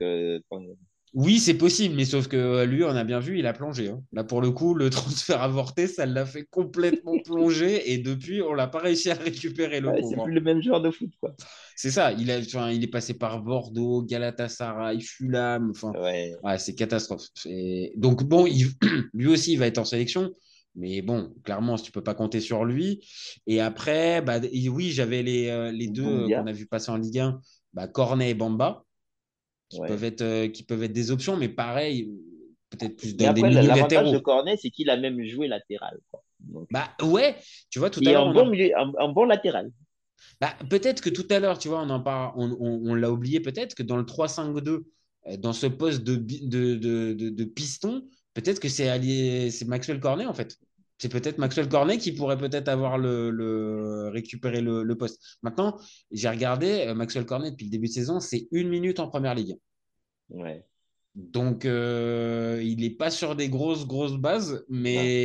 Oui, c'est possible, mais sauf que lui, on a bien vu, il a plongé, hein. Là, pour le coup, le transfert avorté, ça l'a fait complètement plonger et depuis, on l'a pas réussi à récupérer, le ouais, c'est pauvre, hein. plus le même genre de foot, quoi. C'est ça, enfin, il est passé par Bordeaux, Galatasaray, Fulham, enfin, Ouais. ouais, c'est catastrophe. Donc, bon, lui aussi, il va être en sélection, mais bon, clairement, tu peux pas compter sur lui. Et après, bah, oui, j'avais les deux qu'on Doumbia, a vu passer en Ligue 1, bah, Cornet et Bamba, ouais. qui peuvent être des options, mais pareil, peut-être plus Mais dans des après, milieux l'avantage de latéraux. Cornet, c'est qu'il a même joué latéral, quoi. Donc, Bah ouais, tu vois, tout il à est l'heure, un bon milieu, un bon latéral. bah, peut-être que tout à l'heure, tu vois, on en parle, on l'a oublié peut-être que dans le 3-5-2, dans ce poste de piston, peut-être que c'est Maxwell Cornet en fait. C'est peut-être Maxwell Cornet qui pourrait peut-être avoir récupérer le poste. Maintenant, j'ai regardé Maxwell Cornet depuis le début de saison, c'est 1 minute en première ligue. Ouais. Donc, il n'est pas sur des grosses, grosses bases, Non.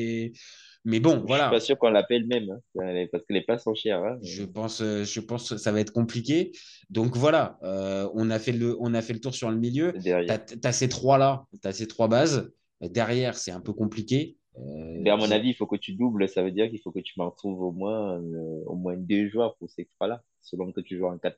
mais bon, Je suis pas voilà. sûr qu'on l'appelle même, hein, parce que les places sont chères, hein. Je pense que ça va être compliqué. Donc voilà, on a fait le tour sur le milieu. Tu Derrière. as ces trois-là, tu as ces trois bases. Derrière, c'est un peu compliqué. Mais à mon avis, il faut que tu doubles. Ça veut dire qu'il faut que tu m'en trouves au moins deux joueurs pour ces trois-là. Selon que tu joues en 4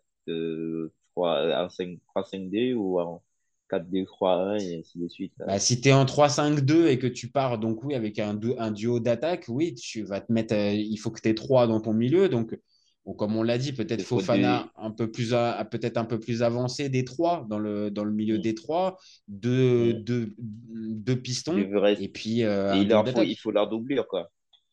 3 en 5 3-5-2 ou en 4-2-3-1 et ainsi de suite. Bah, si tu es en 3-5-2 et que tu pars, donc oui, avec un duo d'attaque, oui, tu vas te mettre, il faut que tu aies trois dans ton milieu. Donc, bon, comme on l'a dit, peut-être Il faut deux. Fofana peut-être un peu plus avancé des trois, dans le milieu Hmm, des trois, deux, hmm. deux, deux pistons Il reste. et puis Et un duo d'attaque. il faut leur doublure, quoi.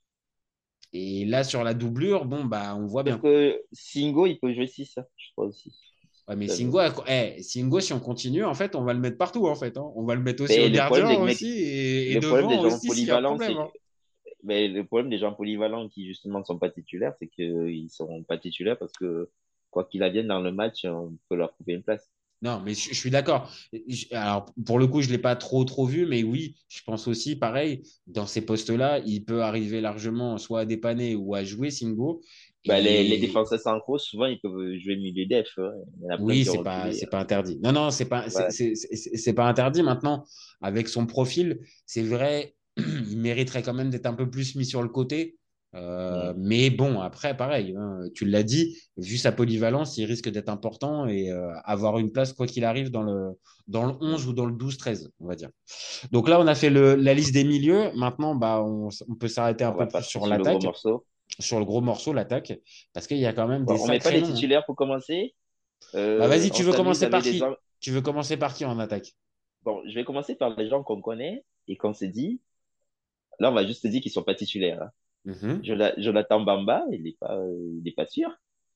Et là, sur la doublure, bon, bah, on voit Sauf bien. que Singo, il peut jouer 6, hein, je crois aussi. Ouais, mais T'as vu? Singo, si on continue, en fait, on va le mettre partout, en fait, hein. On va le mettre aussi Mais au le problème gardien des mecs, aussi et le problème des devant gens aussi s'il y a un polyvalents, problème, hein. mais le problème des gens polyvalents qui justement ne sont pas titulaires, c'est qu'ils ne seront pas titulaires parce que quoi qu'il advienne dans le match, on peut leur trouver une place. Non, mais je suis d'accord. Alors, pour le coup, je ne l'ai pas trop vu, mais oui, je pense aussi, pareil, dans ces postes-là, il peut arriver largement soit à dépanner ou à jouer Singo. Bah, les Et défenseurs centraux, souvent, ils peuvent jouer milieu def, hein. Il y en a plein oui, qui ont c'est pas, reculé, c'est hein. pas interdit. Non, non, c'est pas, Voilà. c'est pas interdit. Maintenant, avec son profil, c'est vrai, il mériterait quand même d'être un peu plus mis sur le côté. Mm. Mais bon, après, pareil, hein, tu l'as dit, vu sa polyvalence, il risque d'être important et avoir une place, quoi qu'il arrive, dans le 11 ou dans le 12-13, on va dire. Donc là, on a fait la liste des milieux. Maintenant, bah, on peut s'arrêter un On peu va plus passer sur sur le gros l'attaque, morceau. sur le gros morceau, l'attaque, parce qu'il y a quand même Bon, des on met pas sacrés les noms, hein. titulaires pour commencer. Bah, vas-y, tu On veux s'amuse commencer avec par des qui? gens. Tu veux commencer par qui en attaque? Bon, je vais commencer par les gens qu'on connaît et qu'on se dit. Là, on va juste se dire qu'ils sont pas titulaires, hein. Mhm. Jonathan Bamba, il est pas sûr.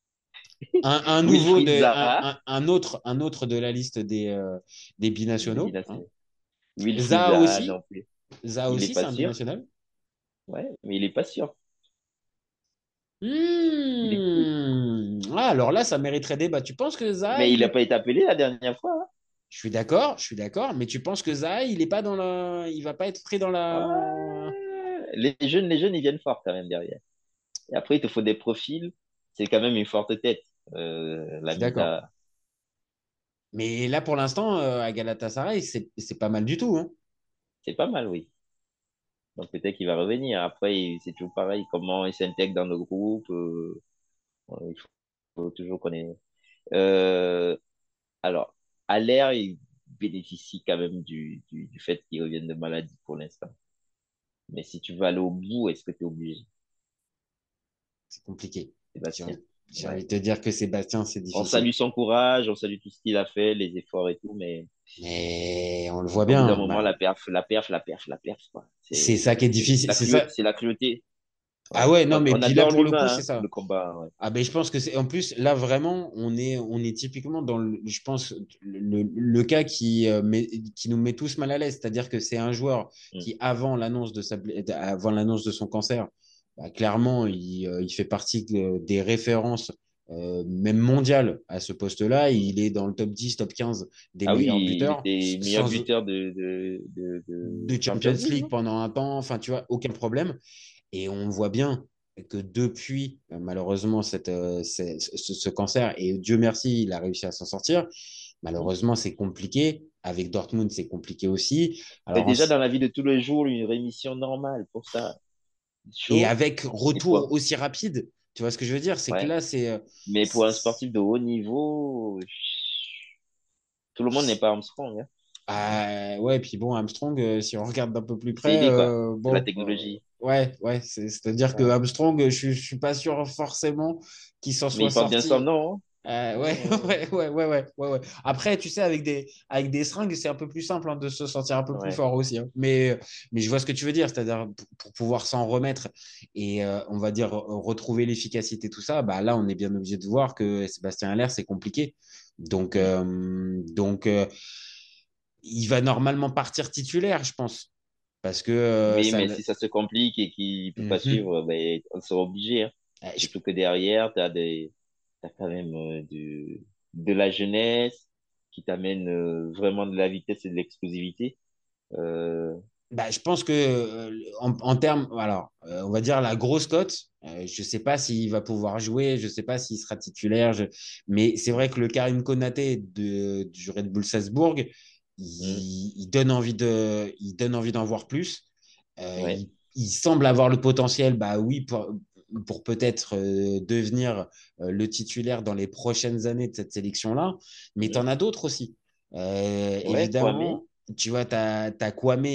Un nouveau, Wilfried Zaha, un autre de la liste des binationaux, hein. Wilfried Zaha Zaha aussi. non plus. Zaha Il est aussi, c'est pas un sûr. binational. Ouais, mais il est pas sûr. Il est, Hmm. Ah, alors là, ça mériterait débat. Tu penses que Zaha, Mais il n'a pas été appelé la dernière fois, hein. je suis d'accord, mais tu penses que Zaha, il est pas dans la, il va pas être pris dans la. Les jeunes, ils viennent forts quand même derrière. Et après, il te faut des profils. C'est quand même une forte tête. Je La suis d'accord. Mita, Mais là, pour l'instant, à Galatasaray, c'est pas mal du tout, hein. c'est pas mal, oui. Donc peut-être qu'il va revenir. Après, c'est toujours pareil. Comment il s'intègre dans le groupe. Il faut toujours connaître. Euh, alors, à l'air, il bénéficie quand même du fait qu'il revienne de maladie pour l'instant. Mais si tu veux aller au bout, est-ce que tu es obligé, C'est compliqué. J'ai Sébastien? j'ai envie Ouais. de te dire que Sébastien, c'est On difficile. salue son courage, on salue tout ce qu'il a fait, les efforts et tout, mais Mais on le voit au bout d'un bien. moment, Bah, la perf, quoi. c'est ça qui est difficile. C'est ça. C'est la cruauté. Ah Ouais. ouais, non, mais On puis là, adore pour le coup, l'humain, c'est hein, ça. le combat. Ouais. Ah ben je pense que c'est en plus là vraiment on est typiquement dans je pense le cas qui nous met tous mal à l'aise, c'est-à-dire que c'est un joueur Mm. qui avant l'annonce de son cancer, bah, clairement il fait partie des références même mondiales à ce poste-là, il est dans le top 10 top 15 des Ah oui, meilleurs il buteurs était meilleur sans buteur de de Champions Champions League, League non? pendant un temps, enfin tu vois aucun problème. Et on voit bien que depuis, malheureusement, ce cancer, et Dieu merci, il a réussi à s'en sortir, Mm. malheureusement, c'est compliqué. Avec Dortmund, c'est compliqué aussi. Mais Alors, déjà, dans la vie de tous les jours, une rémission normale pour ça. et Chaud. avec Et retour pour, aussi rapide, tu vois ce que je veux dire? C'est que ouais. là, Mais pour un sportif de haut niveau, tout le monde n'est pas Armstrong, hein. ouais, puis bon, Armstrong, si on regarde d'un peu plus C'est près, aidé, quoi. C'est la bon, technologie. ouais, c'est-à-dire que Ouais. Armstrong, je suis pas sûr forcément qu'il s'en Mais soit il porte bien son sorti. nom, hein. Ouais, Euh, ouais. Après, tu sais, avec des seringues, c'est un peu plus simple hein, de se sentir un peu plus ouais. fort aussi, hein. Mais je vois ce que tu veux dire, c'est-à-dire pour pouvoir s'en remettre et on va dire retrouver l'efficacité, tout ça, bah là, on est bien obligé de voir que Sébastien Haller, c'est compliqué. Mm. Donc il va normalement partir titulaire, je pense. Parce que Oui, ça. mais si ça se complique et qu'il ne peut pas Mhm. suivre, ben, on sera obligé, hein. Je Surtout que derrière, t'as quand même de la jeunesse qui t'amène vraiment de la vitesse et de l'explosivité. Euh, Bah, je pense que en termes, alors, on va dire la grosse cote. Je ne sais pas s'il va pouvoir jouer, je ne sais pas s'il sera titulaire, mais c'est vrai que le Karim Konaté du Red Bull Salzbourg, mm, il donne envie d'en voir plus. ouais. Il semble avoir le potentiel, bah oui, pour peut-être devenir le titulaire dans les prochaines années de cette sélection-là, mais tu Mm. en as d'autres aussi. Ouais, Kwame. Évidemment, tu vois, tu as Kwame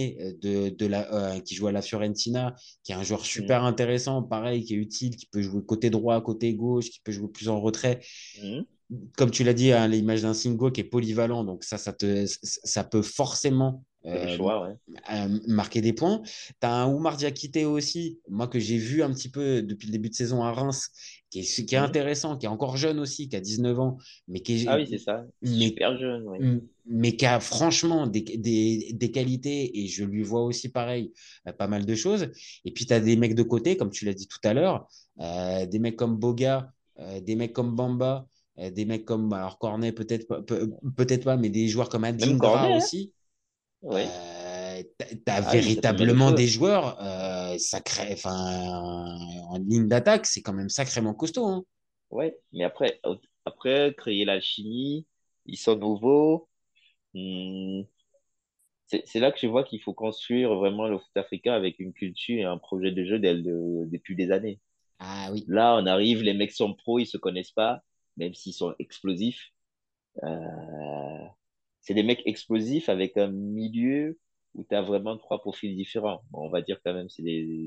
qui joue à la Fiorentina, qui est un joueur Mm, super intéressant, pareil, qui est utile, qui peut jouer côté droit, côté gauche, qui peut jouer plus en retrait. mm. Comme tu l'as dit, hein, l'image d'un Singo qui est polyvalent, donc ça peut forcément C'est le choix, ouais. marquer des points. Tu as un Oumar Diakité aussi, moi que j'ai vu un petit peu depuis le début de saison à Reims, qui est Mm. intéressant, qui est encore jeune aussi, qui a 19 ans, mais Ah qui oui, c'est ça. mais Super jeune, oui. mais qui a franchement des qualités, et je lui vois aussi pareil, pas mal de choses. Et puis tu as des mecs de côté, comme tu l'as dit tout à l'heure, des mecs comme Boga, des mecs comme Bamba, des mecs comme, alors Cornet peut-être pas, mais des joueurs comme Même Adingra Cornet, hein? aussi. Oui. T'as Ah oui, ça te met le véritablement feu. des joueurs enfin, en ligne d'attaque, c'est quand même sacrément costaud, hein. Ouais. Mais après, créer l'alchimie, ils sont nouveaux. Hmm, c'est là que je vois qu'il faut construire vraiment le foot africain avec une culture et un projet de jeu depuis des années. Ah oui. Là, on arrive, les mecs sont pros, ils se connaissent pas, même s'ils sont explosifs. Euh, c'est des mecs explosifs avec un milieu où tu as vraiment trois profils différents. Bon, on va dire quand même,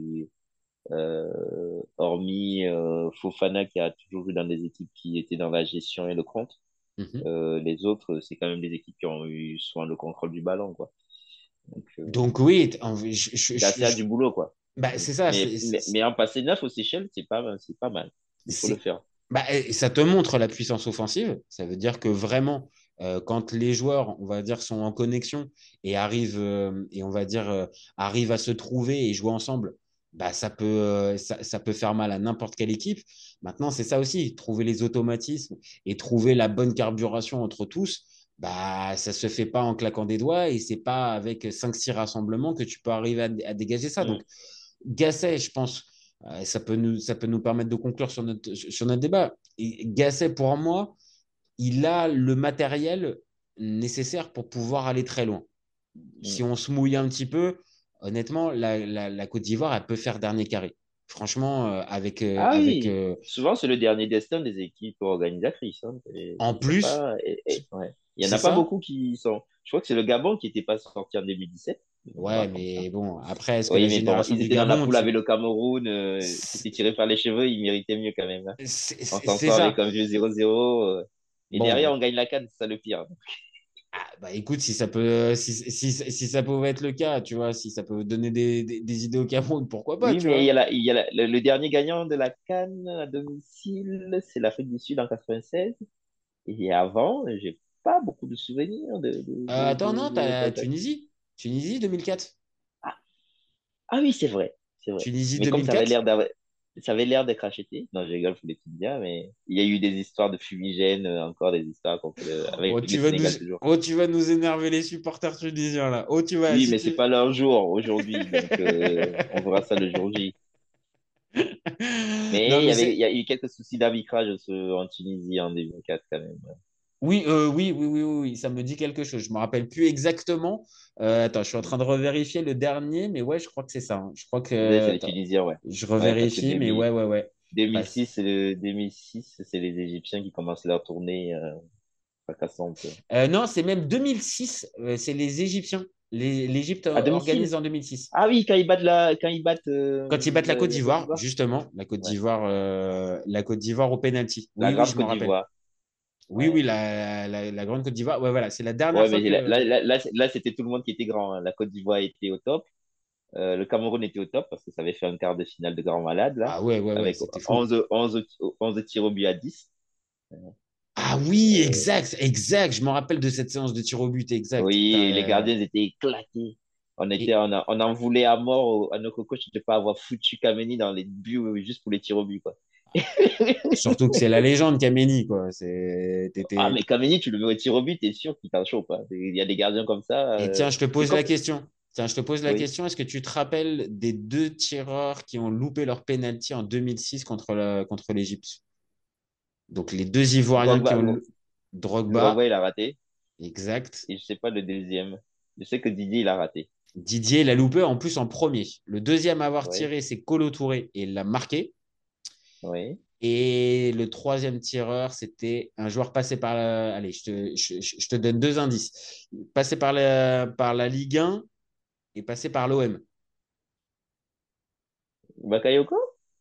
hormis Fofana qui a toujours joué dans des équipes qui étaient dans la gestion et le compte. Mhm. Les autres, c'est quand même des équipes qui ont eu souvent le contrôle du ballon, quoi. Donc, Donc oui, derrière du boulot, quoi. bah, c'est ça. Mais en passer neuf aux Seychelles, c'est pas mal. Il faut le C'est- faire. Bah, et ça te montre la puissance offensive. Ça veut dire que vraiment, quand les joueurs, on va dire, sont en connexion et arrivent, et on va dire, arrivent à se trouver et jouer ensemble, bah, ça peut faire mal à n'importe quelle équipe. Maintenant, c'est ça aussi, trouver les automatismes et trouver la bonne carburation entre tous. Bah, ça se fait pas en claquant des doigts et c'est pas avec 5-6 rassemblements que tu peux arriver à dégager ça. Mm. Donc, Gasset, je pense, ça peut nous permettre de conclure sur notre débat. Et Gasset, pour moi, il a le matériel nécessaire pour pouvoir aller très loin. Si Mm. on se mouille un petit peu, honnêtement, la Côte d'Ivoire, elle peut faire dernier carré. Franchement, Ah oui, souvent c'est le dernier destin des équipes organisatrices, hein. en Y a plus, pas, ouais. Il y en c'est a pas ça. beaucoup qui sont. Je crois que c'est le Gabon qui n'était pas sorti en 2017. On Ouais, raconte ça. mais bon, après, est-ce que la Oui, mais bon, génération ils du étaient dans la Gabon, poule avec tu... le Cameroun, qui c'est s'était tiré par les cheveux, ils méritaient mieux quand même, hein. On s'en c'est sort avec ça. un vieux 0-0. Et derrière, Bon, on gagne la CAN, c'est ça le pire. ah, bah écoute, si ça pouvait être le cas, tu vois, si ça peut donner des idées au Cameroun, pourquoi pas, Oui, tu mais vois. le dernier gagnant de la CAN à domicile, c'est l'Afrique du Sud en 96. Et avant, j'ai pas beaucoup de souvenirs Attends, non, de t'as contact. Tunisie. Tunisie 2004. Ah, ah oui, c'est vrai, c'est vrai. Tunisie Mais comme 2004. ça avait l'air d'être acheté. Non, je rigole, je voulais tout dire, mais il y a eu des histoires de fumigène, encore des histoires avec Oh, le Sénégal toujours. tu vas nous énerver les supporters tunisiens là. Oh, tu vas, Oui, si mais c'est tu. pas leur jour aujourd'hui, donc on verra ça le jour J. Non, Mais mais il c'est. y a eu quelques soucis d'arbitrage en Tunisie en 2004 quand même. Oui, oui, ça me dit quelque chose. Je me rappelle plus exactement. Attends, je suis en train de revérifier le dernier, mais ouais, je crois que c'est ça, hein. Je crois que. C'est les Attends, Tunisiens, ouais. je Ouais, parce que revérifie, mais ouais. Bah, 2006, c'est les Égyptiens qui commencent leur tournée fracassante. non, c'est même 2006. C'est les Égyptiens. L'Égypte À domicile? organise en 2006. Ah oui, quand ils battent Quand ils battent la Côte la Côte d'Ivoire, d'Ivoire? justement, Ouais. La Côte d'Ivoire au penalty. La Oui, grande je me Côte rappelle. d'Ivoire. Oui, Ouais. la grande Côte d'Ivoire. Ouais, voilà, c'est la dernière Ouais, fois mais que. là, c'était tout le monde qui était grand, hein. La Côte d'Ivoire était au top. Le Cameroun était au top parce que ça avait fait un quart de finale de grand malade, là, Ah ouais, avec c'était fou. 11 tirs au but à 10. Ah oui, Euh, exact. Je me rappelle de cette séance de tir au but, exact. oui, et les gardiens étaient éclatés. Et On en voulait à mort à notre coach de ne pas avoir foutu Kameni dans les buts juste pour les tirs au but, quoi. surtout que c'est la légende Kameni, quoi. Ah, mais Kameni, tu le mets au tir au but, t'es sûr qu'il t'en chauffe, hein. Il y a des gardiens comme ça. Et tiens, je te C'est pose la comme. question. Tiens, je te pose la Oui. question. Est-ce que tu te rappelles des deux tireurs qui ont loupé leur penalty en 2006 contre l'Égypte? Donc, les deux Ivoiriens qui Drogba, ont Drogba, Drogba, il a raté. exact. Et je sais pas le deuxième. Je sais que Didier, il a raté. Didier l'a loupé en plus en premier. Le deuxième à avoir Oui, tiré, c'est Kolo Touré et il l'a marqué. oui. Et le troisième tireur, c'était un joueur passé par la... Allez, je te donne deux indices. Passé par la Ligue 1 et passé par l'OM. Bakayoko?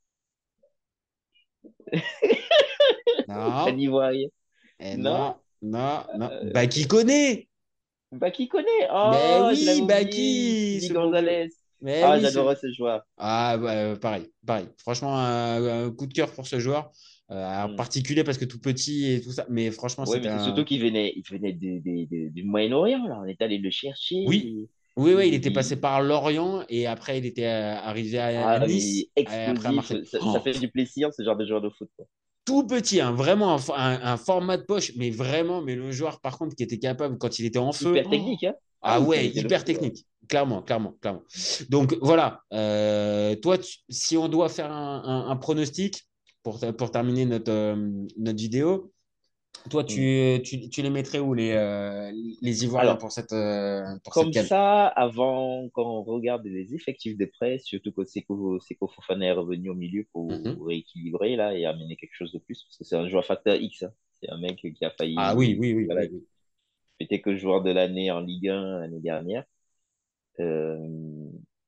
Un Non, Ivoirien. Non? non. Bah, qui Euh, connaît? Baki connaît. Mais Oh, je l'avais oui, oublié. Baki, Didi ce bon vieux. Gonzalez. Mais Ah, oui, ce... j'adorais ce joueur. Ah, bah, pareil. Franchement, un coup de cœur pour ce joueur. En Hmm. particulier parce que tout petit et tout ça. Mais franchement, Oui, c'était mais c'est surtout un... il venait du Moyen-Orient, là. On est allé le chercher. Oui, il était passé par Lorient et après, il était arrivé à Ah, Nice mais et après à explosif. Marseille. Ça Oh, fait du plaisir, ce genre de joueur de foot, quoi. tout petit, hein, vraiment un format de poche, mais vraiment, mais le joueur, par contre, qui était capable, quand il était en feu, Hyper oh, technique, hein? Ah, ah il ouais, connaissait le hyper foot, ouais. technique. Clairement. Donc voilà, toi, si on doit faire un pronostic pour terminer notre vidéo, toi, Hmm. tu les mettrais où les Ivoiriens Alors, pour cette comme CAN? ça, avant qu'on regarde les effectifs de prêt, surtout que Seko Fofana est revenu au milieu Mhm. pour rééquilibrer là et amener quelque chose de plus, parce que c'est un joueur facteur X, hein. C'est un mec qui a Ah failli, voilà, oui. qui était que joueur de l'année en Ligue 1 l'année dernière, euh,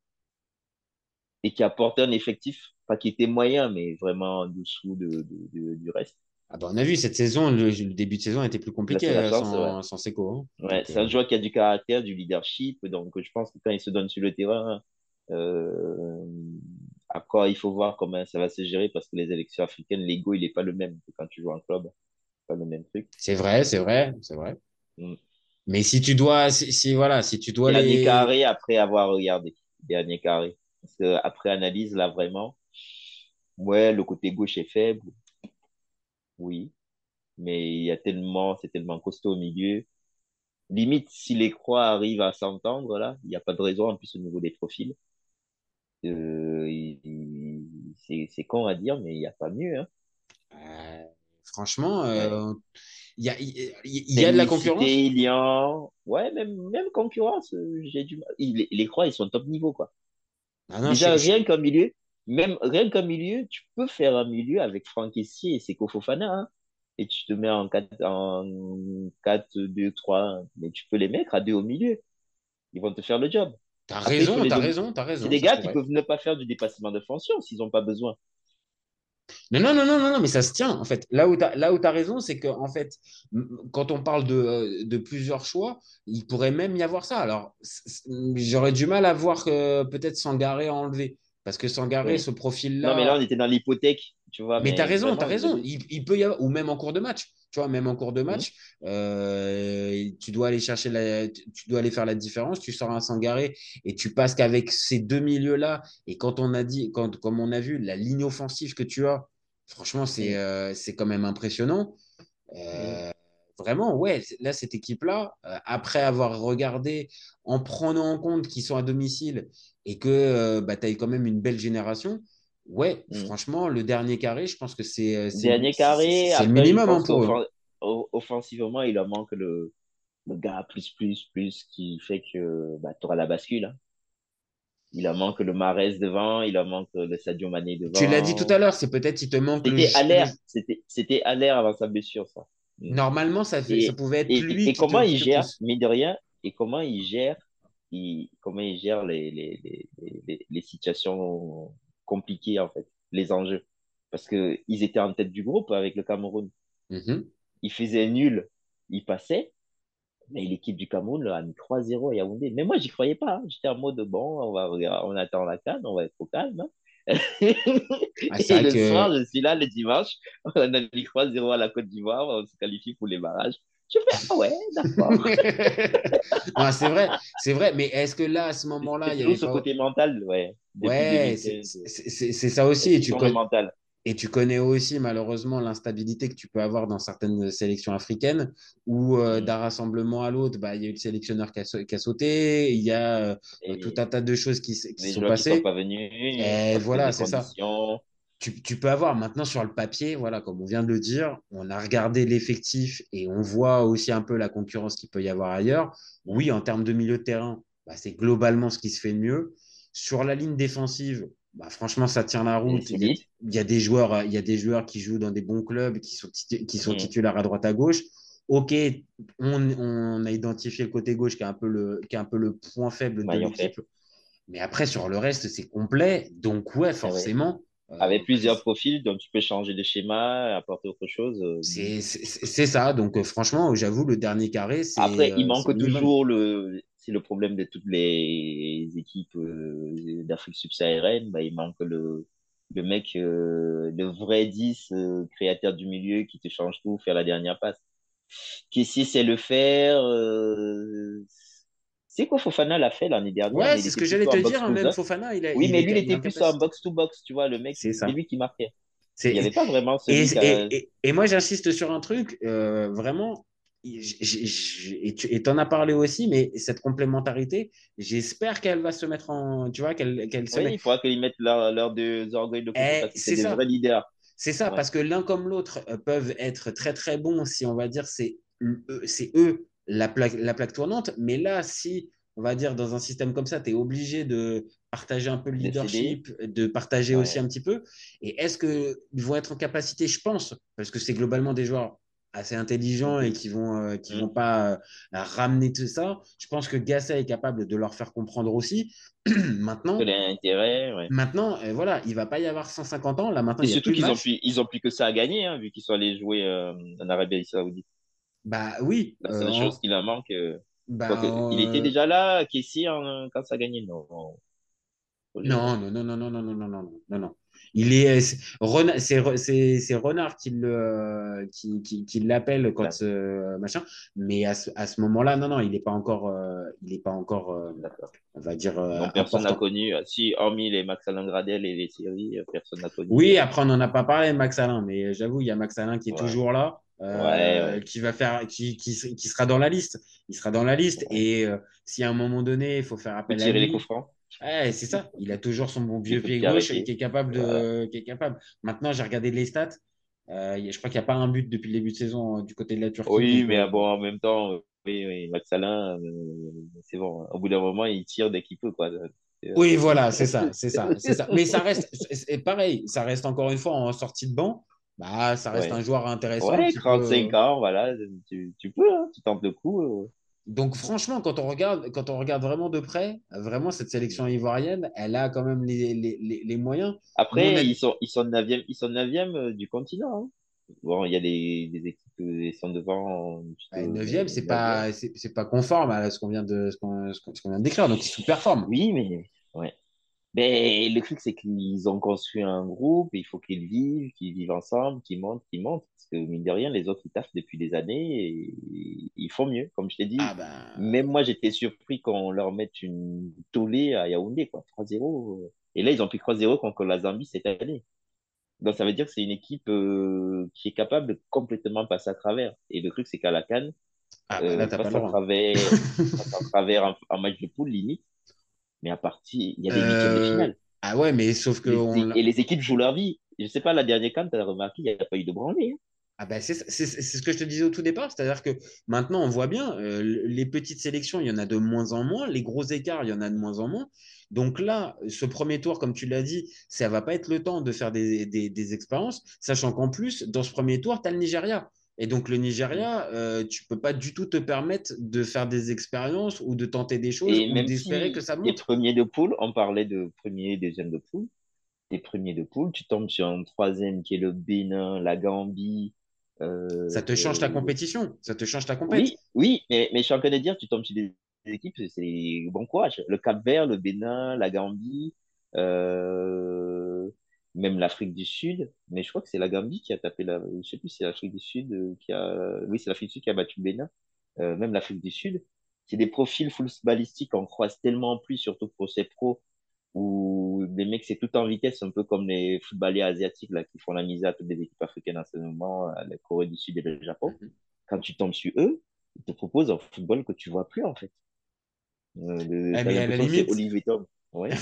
et qui a porté un effectif, pas qui était moyen, mais vraiment en dessous du reste. Ah bah, on a vu cette saison, le début de saison était plus Là, compliqué c'est la chance, ouais. sans Seko, hein. Ouais, Donc, c'est un joueur qui a du caractère, du leadership, donc je pense que quand il se donne sur le terrain, euh, après, il faut voir comment ça va se gérer parce que les élections africaines, l'ego, il n'est pas le même que quand tu joues en club. C'est pas le même truc. c'est vrai. Mm. Mais si tu dois, si tu dois Dernier les, carré après avoir regardé. Dernier carré. Parce que après analyse, là, vraiment, ouais, le côté gauche est faible, oui, mais c'est tellement costaud au milieu. Limite, si les Croix arrivent à s'entendre, là, il n'y a pas de raison, en plus, au niveau des profils. C'est con à dire, mais il n'y a pas mieux, hein. Franchement, Ouais. il y a de la concurrence. Saint-Louis, Lyon, ouais, même concurrence, j'ai du mal. Les Croix, ils sont top niveau, quoi. Ah non, Déjà, rien qu'un milieu, tu peux faire un milieu avec Franck Kessié et Seko Fofana, hein. Et tu te mets en 4-2-3, mais tu peux les mettre à deux au milieu. Ils vont te faire le job. t'as Après, il faut raison, les t'as donner. raison, t'as C'est raison, des ça gars qui pourrait. peuvent ne pas faire du dépassement de fonction s'ils n'ont pas besoin. Non, non, non, non, non, non, mais ça se tient, en fait. Là où tu as raison, c'est que, en fait, quand on parle de plusieurs choix, il pourrait même y avoir ça. Alors, j'aurais du mal à voir que peut-être Sangaré a enlevé. Parce que Sangaré, Oui. ce Non, mais là, profil-là, on était dans l'hypothèque, tu vois, mais t'as mais raison, t'as vraiment, raison. Il peut y avoir, ou même en cours de match. Tu vois, même en cours de Hmm. match, tu dois aller chercher tu dois aller faire la différence. Tu sors un Sangaré et tu passes qu'avec ces deux milieux-là. Et quand on a dit, comme on a vu, la ligne offensive que tu as, franchement, Hmm. c'est quand même impressionnant. Hmm. Euh, Vraiment, ouais, là, cette équipe-là, après avoir regardé, en prenant en compte qu'ils sont à domicile et que bah, tu as eu quand même une belle génération, ouais, Hmm. franchement, le dernier carré, je pense que Dernier carré, c'est le après, je minimum, hein, pense pour eux, hein. qu'offensivement, il leur manque le gars plus qui fait que bah, tu auras la bascule, hein. Il leur manque le Mahrez devant, il leur manque le Sadio Mané Tu l'as dit tout devant. à l'heure, c'est peut-être il te manque C'était Aller, c'était Aller avant sa blessure, ça. Mm. Normalement, ça Et, pouvait être et, lui et comment qui il te gère, pousse. mine de rien, et comment il gère les situations compliquées, en fait, les enjeux. Parce que ils étaient en tête du groupe avec le Cameroun. Mhm. Ils faisaient nul, ils passaient. Mais l'équipe du Cameroun là, a mis 3-0 à Yaoundé. Mais moi, j'y croyais pas, hein. J'étais en mode, bon, on attend la CAN, on va être au calme, hein. Ah, c'est Et vrai le soir, que je suis là le dimanche, on a mis 3-0 à la Côte d'Ivoire, on se qualifie pour les barrages. Je fais, ah ouais, d'accord. non, c'est vrai, mais est-ce que là, à ce moment-là, il C'est n'y toujours avait ce pas. côté mental, ouais, depuis Ouais, 2015. c'est ça La aussi. gestion de mental. Et tu connais aussi malheureusement l'instabilité que tu peux avoir dans certaines sélections africaines où Mm. d'un rassemblement à l'autre, bah, il y a eu le sélectionneur qui a sauté, il y a tout Et un tas de choses qui les sont joueurs qui sont passées. pas venus Et à cause voilà, des c'est ça. conditions. Tu peux avoir maintenant sur le papier, voilà, comme on vient de le dire, on a regardé l'effectif et on voit aussi un peu la concurrence qu'il peut y avoir ailleurs. Mm. Oui, en termes de milieu de terrain, bah, c'est globalement ce qui se fait de mieux. Sur la ligne défensive, bah, franchement, ça tient la C'est route. solide. Il y a des joueurs qui jouent dans des bons clubs, qui sont Mm. titulaires à droite à gauche. Ok, on a identifié le côté gauche qui est un peu le point faible de Maillon l'équipe. fait. Mais après, sur le reste, c'est complet. Donc, ouais, Eh ouais. forcément, Avec plusieurs profils, donc tu peux changer de schéma, apporter autre chose. c'est ça. Donc, franchement, j'avoue, le dernier carré, Après, il c'est le manque minimum. toujours c'est le problème de toutes les équipes d'Afrique subsaharienne, bah, il manque le mec, le vrai 10 créateur du milieu qui te change tout, faire la dernière passe. Kessie sait le faire. C'est quoi Fofana l'a fait l'année dernière, Ouais, mais il c'est ce était que j'allais plutôt te en dire, hein, box-to-box, même hein. Fofana, Oui, mais lui, il il est était en plus en capacité. box-to-box, tu vois, le mec, C'est c'est ça. lui qui marquait. Il n'y C'est, avait pas vraiment et, celui qui a. et moi, j'insiste sur un truc, vraiment, et tu en as parlé aussi, mais cette complémentarité, j'espère qu'elle va se mettre en, tu vois, qu'elle se Oui, met. il faudra qu'ils mettent leurs deux orgueils de côté Et parce que c'est c'est des vrais ça. leaders. C'est ça, Ouais. parce que l'un comme l'autre peuvent être très très bons si on va dire c'est eux la plaque tournante. Mais là, si on va dire dans un système comme ça, tu es obligé de partager un peu le De CD. leadership, de partager aussi Ouais. un petit peu. Et est-ce qu'ils vont être en capacité, je pense, parce que c'est globalement des joueurs assez intelligents et qui vont Mm. pas ramener tout ça. Je pense que Gassa est capable de leur faire comprendre aussi. Que Maintenant, l'intérêt, ouais. voilà, il va pas y avoir 150 ans. Là, maintenant, Et il n'y a surtout plus de match. ils ont plus que ça à gagner, hein, vu qu'ils sont allés jouer en Arabie Saoudite. Bah oui, La seule chose qui leur manque, bah, quoique, il était déjà là, Kessie, quand ça a gagné. Non, faut le- non, non, non, non, non, non, non, non, non, non, non. C'est Renard qui l'appelle quand machin. Mais à ce moment-là, non, il n'est pas encore, on va dire, Donc, personne n'a important. connu. Si, hormis les Max Alain Gradel et les séries, personne n'a connu. Oui, après, on n'en a pas parlé, Max Alain, mais j'avoue, il y a Max Alain qui est Ouais. toujours là, Ouais. qui va faire, qui sera dans la liste. Il sera dans la liste. Et si à un moment donné, il faut faire Peut appel à tirer les coups lui, francs. ouais, c'est ça. Il a toujours son bon Des vieux coups de pied pied gauche et arrêtés. qui est capable Voilà. qui est capable. Maintenant, j'ai regardé les stats. Je crois qu'il n'y a pas un but depuis le début de saison du côté de la Turquie. Oui, Donc, mais bon, en même temps, oui, Max Alain, c'est bon. Au bout d'un moment, il tire dès qu'il peut, quoi. oui, voilà, c'est ça, c'est ça, c'est ça. Mais ça reste, c'est pareil, ça reste encore une fois en sortie de banc. Bah, ça reste un Ouais. joueur intéressant Ouais, qui peut. 35 ans, voilà, tu peux, hein, tu tentes le coup. Donc, franchement, quand on regarde vraiment de près, vraiment, cette sélection ivoirienne, elle a quand même les moyens. Nous, on a. Après, ils sont 9e du continent, hein. Bon, il y a des équipes qui sont devant, juste 9e, c'est 9e. pas, c'est pas conforme à ce qu'on vient ce qu'on vient de décrire. Donc, ils sous-performent. Oui, mais ouais. Mais le truc, c'est qu'ils ont construit un groupe, et il faut qu'ils vivent ensemble, qu'ils montent, qu'ils montent. Parce que, mine de rien, les autres, ils taffent depuis des années et ils font mieux. Comme je t'ai Ah dit, ben. même moi, j'étais surpris qu'on leur mette une tollée à Yaoundé, quoi. 3-0. Et là, ils ont pris 3-0 contre la Zambie cette année. Donc, ça veut dire que c'est une équipe qui est capable de complètement passer à travers. Et le truc, c'est qu'à la CAN, Ah ben là, t'as pas le droit. passe à travers en match de poule, limite. Mais à partir, il y a des huitièmes de finale. Ah ouais, mais sauf que Et les équipes jouent leur vie. Je sais pas, la dernière CAN, tu as remarqué, il n'y a pas eu de branlée, hein. ah ben c'est ce que je te disais au tout départ, c'est-à-dire que maintenant on voit bien, les petites sélections, il y en a de moins en moins, les gros écarts, il y en a de moins en moins. Donc là, ce premier tour, comme tu l'as dit, ça va pas être le temps de faire des expériences, sachant qu'en plus, dans ce premier tour, tu as le Nigeria. Et donc le Nigeria, tu peux pas du tout te permettre de faire des expériences ou de tenter des choses Et ou même d'espérer que si ça les monte. premiers de poule, on parlait de premier, deuxième de poule, les premiers de poule, tu tombes sur un troisième qui est le Bénin, la Gambie. Ça te change ta euh, compétition, ça te change ta compète. oui, mais je suis en train de dire, tu tombes sur des équipes, c'est bon courage. Le Cap-Vert, le Bénin, la Gambie, euh, même l'Afrique du Sud. Mais je crois que c'est la Gambie qui a tapé la. Je sais plus si c'est l'Afrique du Sud qui a. Oui, c'est l'Afrique du Sud qui a battu le Bénin. Même l'Afrique du Sud. C'est des profils footballistiques, on croise tellement plus, surtout pour ces pros, où les mecs, c'est tout en vitesse, un peu comme les footballeurs asiatiques là, qui font la misère à toutes les équipes africaines en ce moment, la Corée du Sud et le Japon. Mhm. Quand tu tombes sur eux, ils te proposent un football que tu vois plus, en fait. Eh, T'as mais à la l'impression que c'est limite. Olivier Tom. Ouais.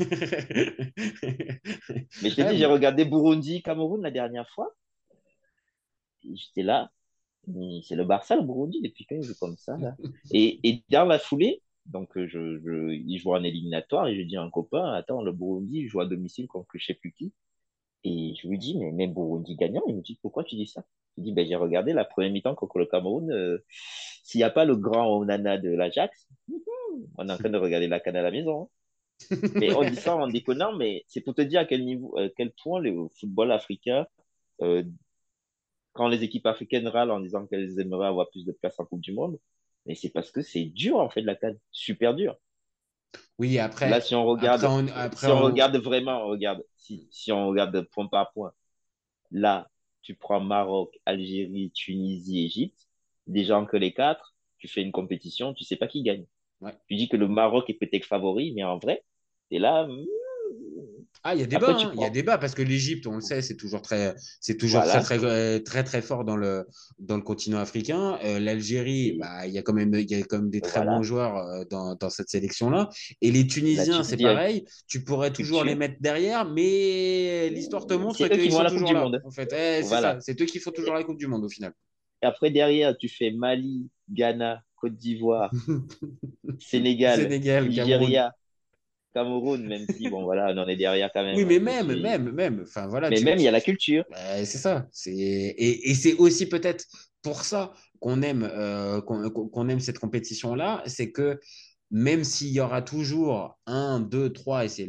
Mais je t'ai Ah, dit, j'ai regardé Burundi, Cameroun la dernière fois. Et j'étais là. Mais c'est le Barça, le Burundi, depuis quand ils jouent comme ça, là. Et dans la foulée, donc ils jouent en éliminatoire et je dis à un copain, attends, le Burundi joue à domicile contre je sais plus qui. Et je lui dis, mais même Burundi gagnant, il me dit, pourquoi tu dis ça? Je dis, ben, j'ai regardé la première mi-temps contre le Cameroun. S'il n'y a pas le grand Onana de l'Ajax, on est en train de regarder la CAN à la maison, hein. Mais on dit ça en déconnant, mais c'est pour te dire à quel niveau, à quel point le football africain, euh, quand les équipes africaines râlent en disant qu'elles aimeraient avoir plus de place en Coupe du Monde, mais c'est parce que c'est dur en fait la CAN, super dur. oui, Là, après, si on regarde vraiment, on regarde, si on regarde point par point, là, tu prends Maroc, Algérie, Tunisie, Égypte, déjà que les quatre, tu fais une compétition, tu sais pas qui gagne. ouais. Tu dis que le Maroc est peut-être favori, mais en vrai, c'est là. Ah, il y a débat, Après, tu hein, il y a prends. débat parce que l'Égypte, on le sait, c'est toujours Voilà. très fort dans le continent africain. L'Algérie, Et bah, il y a quand même des très bons voilà. joueurs dans cette sélection-là. Et les La Tunisiens, c'est Tunisie a une pareil. Tu pourrais toujours les culture. mettre derrière, mais l'histoire te montre C'est eux qui qu'ils vont à sont la Coupe toujours du là. Monde. En fait, c'est ça. Voilà. C'est eux qui font toujours la Coupe du Monde au final. Et après, derrière, tu fais Mali, Ghana, Côte d'Ivoire, Sénégal, Sénégal, Cameroun. Nigeria, Cameroun, même si, bon, voilà, on en est derrière quand Oui, même, mais hein, même. Enfin, voilà, mais même, il y a la culture. c'est ça. Et c'est aussi peut-être pour ça qu'on aime cette compétition-là, c'est que même s'il y aura toujours un, deux, trois, et c'est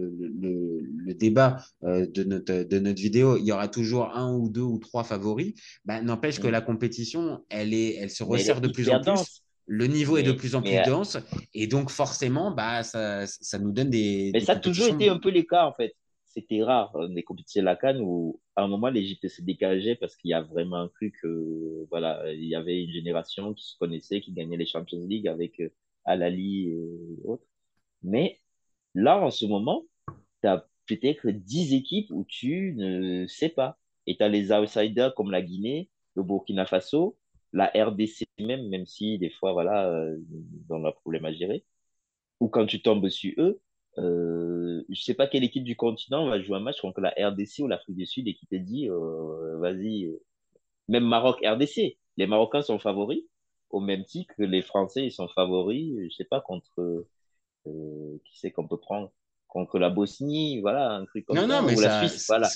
le débat de notre vidéo, il y aura toujours un ou deux ou trois favoris, bah, n'empêche que Mm. la compétition, elle se Mais elle resserre est de plus en hyper plus. dense. Le niveau est de Mais, plus en plus mais, dense, et donc forcément, bah, ça nous donne mais des ça a toujours été compétitions. un peu le cas, en fait. c'était rare, des compétitions de la CAN où, à un moment, l'Égypte se dégageait parce qu'il y a vraiment cru que, voilà, il y avait une génération qui se connaissait, qui gagnait les Champions League avec Al Ahly et autres. Mais là, en ce moment, tu as peut-être 10 équipes où tu ne sais pas. Et tu as les outsiders comme la Guinée, le Burkina Faso, la RDC même, même si des fois, voilà, ils ont leurs problèmes à gérer. Ou quand tu tombes sur eux, je sais pas quelle équipe du continent va jouer un match contre la RDC ou l'Afrique du Sud et qui te dit, vas-y, même Maroc-RDC. Les Marocains sont favoris, au même titre que les Français, ils sont favoris, je sais pas, contre qui c'est qu'on peut prendre contre la Bosnie, voilà, un truc comme Non, non, ça, mais ou la ça, Suisse, voilà.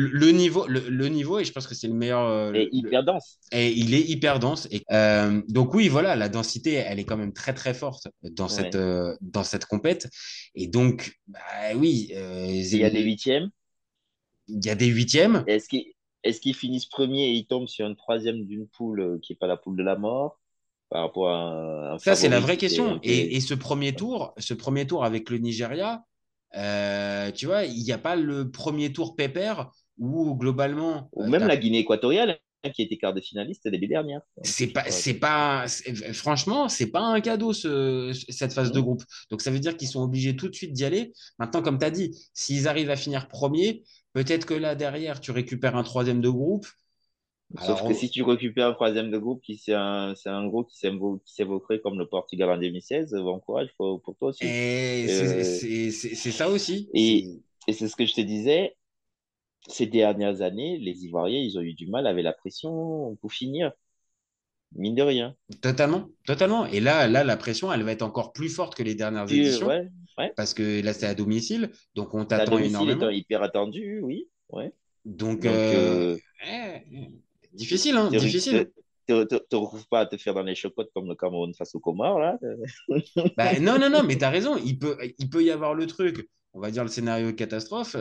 le niveau, et je pense que c'est le meilleur. Et hyper dense. Et il est hyper dense. Donc oui, voilà, la densité, elle est quand même très très forte Ouais. dans cette compète. Et donc, bah, oui, Il y a des huitièmes. il y a des huitièmes. Est-ce qu'ils finissent premier et ils tombent sur une troisième d'une poule qui est pas la poule de la mort par rapport à un Ça, c'est la favori vraie qui était un question. peu. Et ce premier tour avec le Nigeria, tu vois, il n'y a pas le premier tour pépère où globalement, Ou même la Guinée équatoriale, hein, qui était quart de finaliste l'année dernière. Donc, je sais pas. franchement, c'est pas un cadeau cette phase de Mhm. groupe. Donc ça veut dire qu'ils sont obligés tout de suite d'y aller. Maintenant, comme tu as dit, s'ils arrivent à finir premier, peut-être que là derrière, tu récupères un troisième de groupe. Sauf que Alors, si tu récupères un troisième de groupe c'est un groupe qui s'évoquerait comme le Portugal en 2016, bon courage pour toi aussi. et Euh, c'est ça aussi. et et c'est ce que je te disais, ces dernières années, les Ivoiriens, ils ont eu du mal avec la pression pour finir, mine de rien. Totalement, totalement. Et là, la pression, elle va être encore plus forte que les dernières Puis, éditions, ouais, ouais. parce que là, c'est à domicile, donc on C'est à t'attend domicile étant énormément. hyper attendu, oui, ouais. Donc, Donc, eh, difficile, hein, te, difficile. te retrouves pas à te faire dans les chocottes comme le Cameroun face au Comores, là. Bah, non, non, non, mais tu as raison, il peut y avoir le truc, on va dire le scénario catastrophe.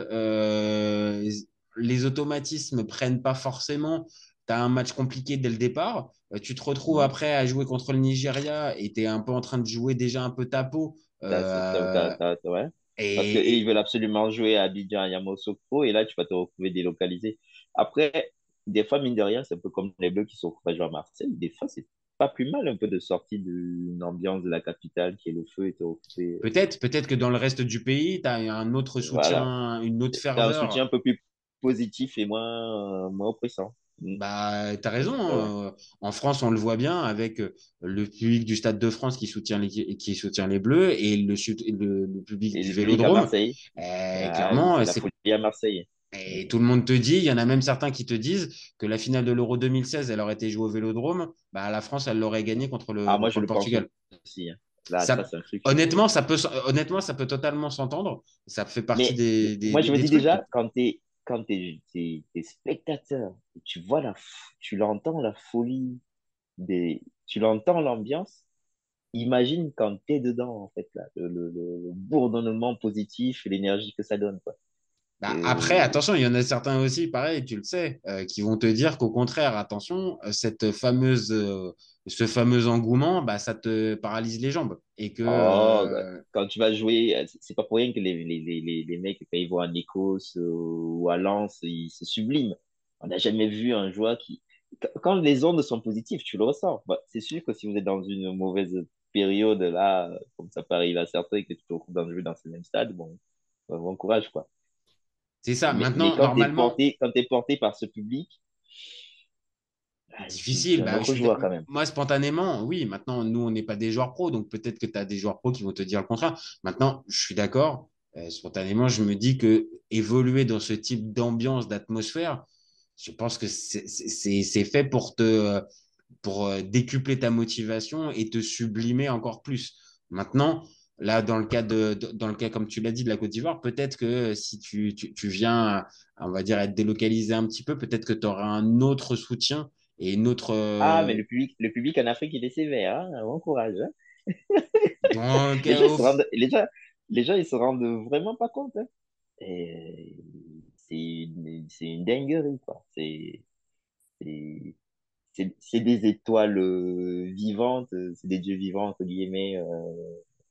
Les automatismes prennent pas forcément. Tu as un match compliqué dès le départ. Tu te retrouves Mhm. après à jouer contre le Nigeria et tu es un peu en train de jouer déjà un peu ta peau. Ouais. Parce qu'ils Et, veulent absolument jouer à Abidjan, à Yamoussoukro, et là, tu vas te retrouver délocalisé. Après, des fois, mine de rien, c'est un peu comme les Bleus qui sont jouer à Marseille. Des fois, c'est pas plus mal un peu de sortir d'une ambiance de la capitale qui est le feu et te retrouver. peut-être que dans le reste du pays, tu as un autre Voilà. soutien, une autre T'as un soutien ferveur. un peu plus positif et moins oppressant. Mm. Bah, tu as raison. Ouais, ouais. En France, on le voit bien avec le public du Stade de France qui soutient les Bleus et le public Et du le public à Vélodrome. Marseille, ah oui, Clairement, c'est la folie à Marseille. et tout le monde te dit, il y en a même certains qui te disent que la finale de l'Euro 2016, elle aurait été jouée au Vélodrome. Bah, la France, elle l'aurait gagnée Ah, moi, contre je le le pense Portugal. aussi, hein. Là, ça, Ça, c'est un truc. honnêtement, ça peut totalement s'entendre. Ça fait partie Mais moi, je me des dis trucs. déjà, quand t'es spectateur, tu vois tu l'entends la folie, tu l'entends l'ambiance, imagine quand t'es dedans, en fait, là, le bourdonnement positif et l'énergie que ça donne, quoi. Bah, après, Et- attention, il y en a certains aussi, pareil, tu le sais, qui vont te dire qu'au contraire, attention, ce fameux engouement, bah, ça te paralyse les jambes. Et que, Oh, bah, quand tu vas jouer, c'est pas pour rien que les mecs, quand ils vont à Nikos ou à Lens, ils se subliment. On n'a jamais vu un joueur qui. Quand les ondes sont positives, tu le ressens. Bah, c'est sûr que si vous êtes dans une mauvaise période, là, comme ça peut arriver à certains, et que tu te retrouves dans le jeu dans ce même stade, bon, bon courage, quoi. c'est ça. Mais Maintenant, normalement, quand t'es porté par ce public, tu difficile. es un Bah, autre joueur quand même. moi, spontanément, oui. Maintenant, nous, on n'est pas des joueurs pros, donc peut-être que tu as des joueurs pros qui vont te dire le contraire. Maintenant, je suis d'accord. Spontanément, je me dis que évoluer dans ce type d'ambiance, d'atmosphère, je pense que c'est fait pour décupler ta motivation et te sublimer encore plus. Maintenant, là, dans le cas, comme tu l'as dit, de la Côte d'Ivoire, peut-être que si tu viens, on va dire, être délocalisé un petit peu, peut-être que tu auras un autre soutien et une autre. Ah, mais le public en Afrique, il est sévère, hein. Bon courage, hein. Donc, Les gens, ils se rendent, les gens, ils se rendent vraiment pas compte, hein. Et c'est une dinguerie, quoi. C'est, c'est des étoiles vivantes, c'est des dieux vivants, entre guillemets.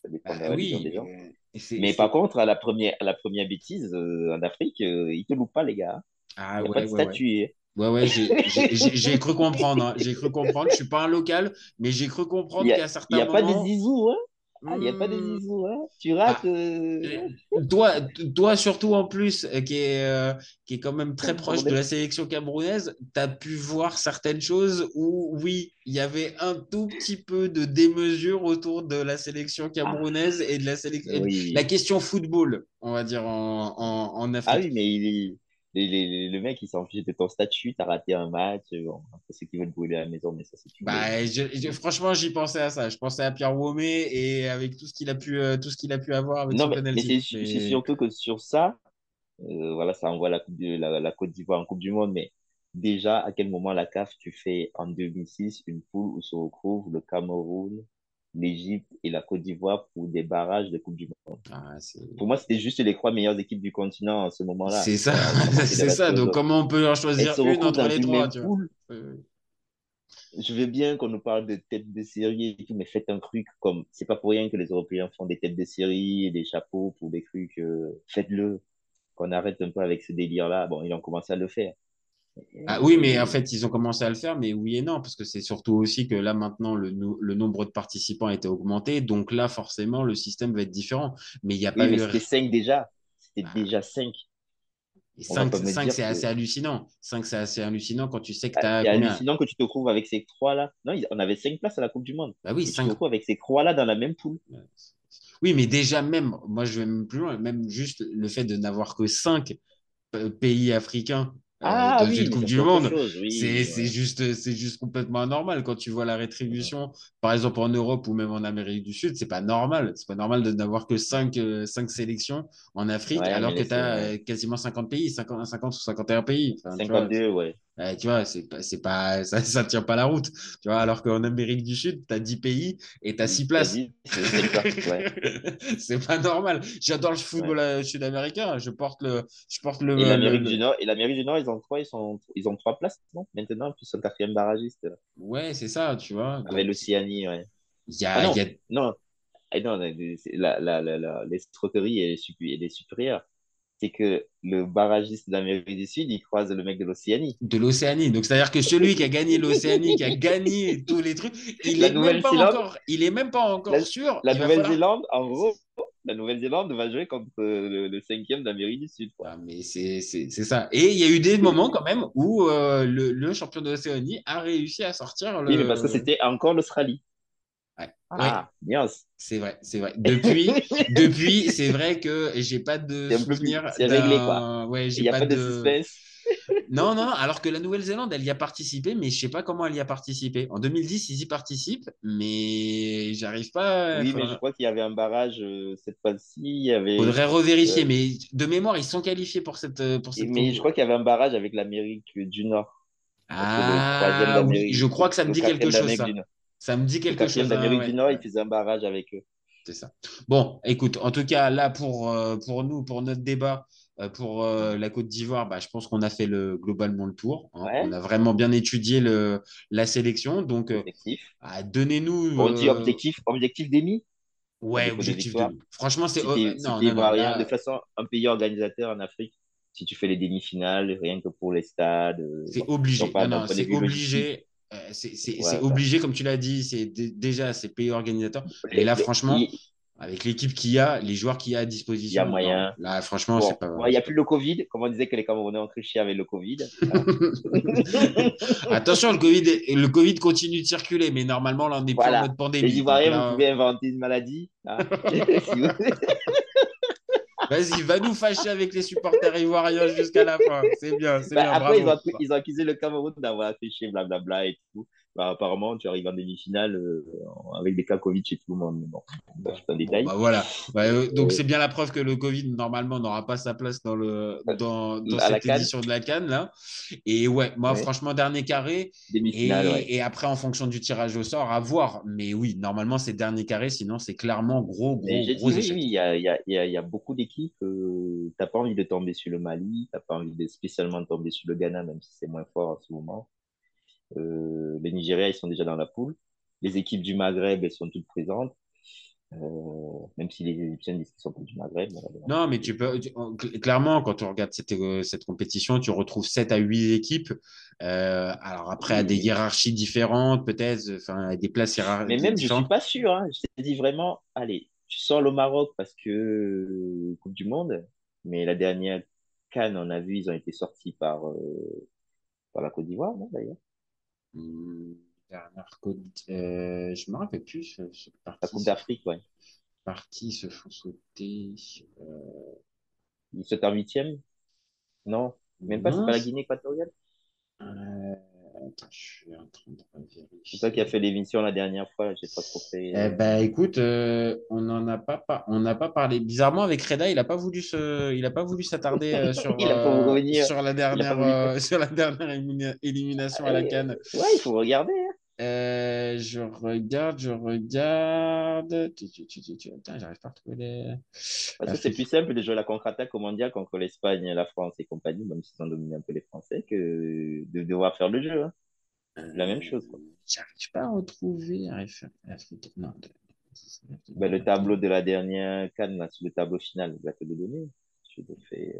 Ça dépend de Bah la vision oui, des gens. c'est, Mais par c'est- contre, à la première bêtise, en Afrique, ils te loupent pas, les gars. Ah Il n'y a pas ouais, de ouais, ouais. statut. Hein. Ouais, ouais, j'ai cru comprendre, hein. J'ai cru comprendre. Je suis pas un local, mais j'ai cru Il comprendre n'y a, qu'à il certains y a pas de moments. zizou. Hein. Ah, il n'y a pas de hmm, zizou. Hein. Tu rates. bah, euh, toi, surtout en plus, qui est quand même très proche de Bordel. la sélection camerounaise, tu as pu voir certaines choses où, oui, il y avait un tout petit peu de démesure autour de la sélection Ah, camerounaise et de la oui. question football, on va dire, en Ah Afrique. oui, mais le mec, il s'en fiche de ton statut. Tu as raté un match. Bon, après, ceux qui veulent brûler à la maison, mais ça, c'est une autre Bah, franchement, j'y pensais à ça. Je pensais à Pierre Womé et avec tout ce qu'il a pu avoir avec Non, son mais penalty. c'est Mais surtout que sur ça, voilà, ça envoie la Côte d'Ivoire en Coupe du Monde, mais déjà, à quel moment la CAF, tu fais en 2006 une poule où se retrouvent le Cameroun, l'Égypte et la Côte d'Ivoire pour des barrages de Coupe du Monde. ah, Pour moi, c'était juste les trois meilleures équipes du continent en ce moment-là, c'est ça, sans compter les c'est restes ça. des Donc, autres. comment on peut en Elles choisir se une retrouvent entre dans les une trois, même tu vois? poule. Je veux bien qu'on nous parle de têtes de série et tout, mais faites un truc comme, c'est pas pour rien que les Européens font des têtes de série et des chapeaux pour des trucs, faites-le, qu'on arrête un peu avec ce délire-là. Bon, ils ont commencé à le faire. Ah oui, mais en Et, fait, ils ont commencé à le faire, mais oui et non, parce que c'est surtout aussi que là, maintenant, le nombre de participants a été augmenté. Donc là, forcément, le système va être différent. Mais il n'y a pas oui, mais eu. c'était 5 déjà. C'était Bah, déjà 5. et On va 5, pas me dire c'est que assez hallucinant. 5, c'est assez hallucinant quand tu sais que tu as c'est combien? hallucinant que tu te retrouves avec ces trois-là. Non, on avait 5 places à la Coupe du Monde. Bah oui, Et tu te 5. retrouves avec ces trois-là dans la même poule. Oui, mais déjà même, moi je vais même plus loin, même juste le fait de n'avoir que 5 pays africains Ah dans une oui, mais Coupe ça du c'est autre Monde, chose. Oui, ouais. c'est juste complètement anormal quand tu vois la Ouais. rétribution, par exemple en Europe ou même en Amérique du Sud, c'est pas normal. C'est pas normal de n'avoir que 5 sélections en Afrique Ouais, mais alors que tu laissez, as ouais. quasiment 50 pays, 50 ou 51 pays. Enfin, tu vois, 52, ouais. tu vois, ça tient pas la route. Tu vois, alors qu'en Amérique du Sud, tu as 10 pays et tu as 6 T'as places. dit, c'est 5 places, ouais. C'est pas normal. J'adore le Ouais. football sud-américain. Et l'Amérique du Nord, ils ont 3 places, non? Maintenant, puis sont quatrième barragiste, là. Ouais, c'est ça, tu vois. Avec Donc, l'Océanie, ouais. Ah il y non, a non, ah non, l'escroquerie elle est supérieure. C'est que le barragiste d'Amérique du Sud, il croise le mec de l'Océanie. de l'Océanie. Donc, c'est-à-dire que celui qui a gagné l'Océanie, qui a gagné tous les trucs, La Nouvelle-Zélande, il est même pas la, encore sûr. la Il va falloir. Nouvelle-Zélande, en gros, la Nouvelle-Zélande va jouer contre le cinquième d'Amérique du Sud, quoi. Ah, mais c'est ça. Et il y a eu des moments quand même où le champion de l'Océanie a réussi à sortir Oui, mais parce que le. c'était encore l'Australie. Ouais, ouais, Ah, bien. c'est vrai, c'est vrai. Depuis, c'est vrai que j'ai pas de C'est un peu plus, souvenir c'est réglé, quoi. d'un. Ouais, Il j'ai n'y a pas pas de de. suspense. Non, non, non, alors que la Nouvelle-Zélande, elle y a participé, mais je sais pas comment elle y a participé. En 2010, ils y participent, mais j'arrive pas. Oui, mais je crois qu'il y avait un barrage cette fois-ci. Il y avait, Faudrait revérifier, euh, mais de mémoire, ils sont qualifiés pour cette mais coupe. je crois qu'il y avait un barrage avec l'Amérique du Nord. Parce que le troisième Ah oui, je d'Amérique, crois que ça me le dit quelque quatrième chose, d'Amérique du ça. Nord. Ça me dit Le quelque quatrième chose, hein, d'Amérique du ouais. Nord, il faisait un barrage avec eux. C'est ça. Bon, écoute, en tout cas, là, pour nous, pour notre débat, pour la Côte d'Ivoire, bah, je pense qu'on a fait globalement le tour, hein. On Ouais, a vraiment bien étudié la sélection. Donc, objectif. donnez-nous. On dit objectif d'émis, à Ouais, défaut de objectif victoire. 2000. Franchement, c'est. Si Non, t'es non, non. ivoirien, de Là, toute façon, un pays organisateur en Afrique, si tu fais les demi-finales, rien que pour les stades, c'est bon, si on obligé. Non, parle d'un non, point de c'est vue logistique, obligé. C'est voilà. obligé, comme tu l'as dit. Déjà, c'est pays organisateur. Mais là, franchement, Il avec l'équipe qu'il y a, les joueurs qu'il y a à y a disposition, non. moyen. Là, franchement, Bon, il n'y a c'est pas. plus le Covid. Comme on disait que les Camerounais ont triché avec le Covid. Hein. Attention, le Covid continue de circuler, mais normalement, là, on n'est plus en Voilà. mode Les pandémie. Donc Ivoiriens, vous là, pouvez inventer une maladie. Hein. Si vous- vas-y, va nous fâcher avec les supporters ivoiriens jusqu'à la fin. C'est Ben, bien, après, bravo. ils ont accusé le Cameroun d'avoir triché, blablabla et tout. Ben, apparemment, tu arrives en demi-finale avec des cas Covid chez tout le monde. Mais bon, ça, Bon, c'est un bon, détail. bah voilà. Ouais, donc Euh, c'est bien la preuve que le Covid, normalement, n'aura pas sa place dans à la cette CAN, édition de la CAN, là. Et ouais, moi, ouais. franchement, dernier carré. Demi-finale, ouais. Et après, en fonction du tirage au sort, à voir. Mais oui, normalement, c'est dernier carré, sinon c'est clairement gros, Mais gros, j'ai gros dit, oui, échec. oui, il y a beaucoup d'équipes. T'as pas envie de tomber sur le Mali, t'as pas envie de spécialement tomber sur le Ghana, même si c'est moins fort en ce moment. Les Nigérias, ils sont déjà dans la poule. Les équipes du Maghreb, elles sont toutes présentes. Même si les Égyptiens disent qu'ils sont pas du Maghreb. Non, mais clairement, quand on regarde cette compétition, tu retrouves 7 à 8 équipes. Alors après, à des Oui. hiérarchies différentes, peut-être, enfin, à des places Mais même, je suis différentes. pas sûr. Hein. Je t'ai dit vraiment, allez, tu sors le Maroc parce que Coupe du Monde, mais la dernière CAN, on a vu, ils ont été sortis par la Côte d'Ivoire, non, d'ailleurs. Dernière côte, je me rappelle plus. La Coupe d'Afrique, ouais. Partis se font sauter. Ils sautent en huitième? Non, même pas, c'est Non. pas la Guinée équatoriale. Attends, je suis en train de C'est toi qui as vérifier. fait l'émission la dernière fois, j'ai pas trop fait. Eh ben, écoute, on n'en a on n'a pas parlé. Bizarrement, avec Reda, il a pas voulu s'attarder Il a pas voulu revenir. sur la Il a pas dernière, voulu. sur la dernière élimination à la CAN. Ouais, il faut regarder. Hein. Je regarde. Putain, j'arrive pas à retrouver Parce que c'est l'Afrique. plus simple de jouer la contre-attaque au mondial contre l'Espagne, la France et compagnie, même s'ils ont dominé un peu les Français, que de devoir faire le jeu. Hein. La même chose, quoi. J'arrive pas à retrouver l'Afrique. Non, Ben, le tableau de la dernière CAN, là, sur le tableau final, il va te le donner. Je te fais,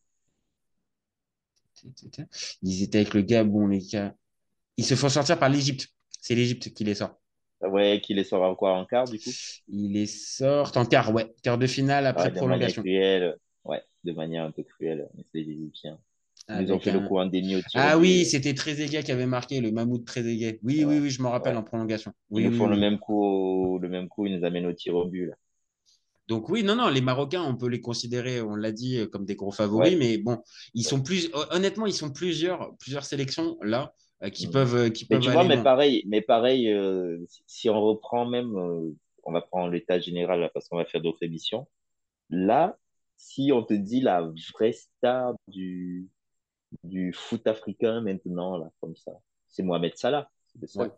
Ils étaient avec le Gabon, les gars. Ils se font sortir par l'Égypte. C'est l'Égypte qui les sort. Ouais, qui les sort encore en quart, du coup. Ils les sortent en quart, ouais. Quart de finale après Ouais, de manière prolongation. cruelle. Ouais, de manière un peu cruelle. Mais c'est les Égyptiens. Ils ont Avec fait le un... coup en demi au tir au Ah but. oui, c'était Trezeguet qui avait marqué, le Mahmoud Trezeguet. Oui, oui, Ouais, oui, je me rappelle ouais. en prolongation. Ils Oui, nous oui, font oui. le même coup, ils nous amènent au tir au but, là. Donc oui, non, non, les Marocains, on peut les considérer, on l'a dit, comme des gros favoris, Ouais. mais bon, Ouais. honnêtement, ils sont plusieurs sélections là Mhm. qui Mais peuvent tu vois, aller loin. mais pareil, si on reprend même, on va prendre l'état général là, parce qu'on va faire d'autres émissions. Là, si on te dit la vraie star du foot africain maintenant, là, comme ça, c'est Mohamed Salah. C'est le Ouais. seul.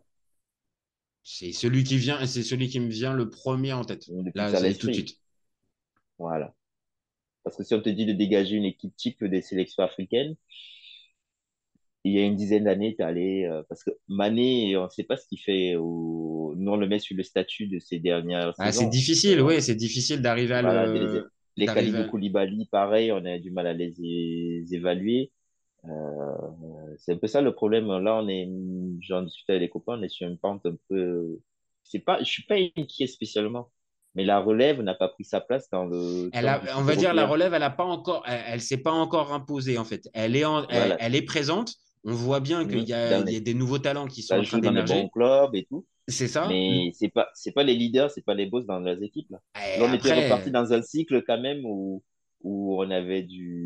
C'est celui qui me vient le premier en tête. Depuis que Là, ça c'est tout de l'esprit. suite. Voilà. Parce que si on te dit de dégager une équipe type des sélections africaines, il y a une dizaine d'années, tu allé. Parce que Mané, on ne sait pas ce qu'il fait. Nous, on le met sur le statut de ces dernières Ah, c'est saisons. difficile, oui, c'est difficile d'arriver à Voilà, les d'arriver Kalidou à- Koulibaly, pareil, on a du mal à les évaluer. C'est un peu ça le problème. Là, j'en discutais avec les copains, on est sur une pente un peu. Je suis pas inquiet spécialement, mais la relève n'a pas pris sa place dans le top du On foot va dire la européen. relève, elle a pas encore, elle s'est pas encore imposée en fait. Voilà. Elle est présente. On voit bien Mhm. il y a des nouveaux talents qui sont Ça en train joue dans des bons d'émerger. clubs et tout. C'est ça. Mais c'est pas les leaders, c'est pas les boss dans leurs équipes, là. Et Là, on était reparti après, dans un cycle quand même où on avait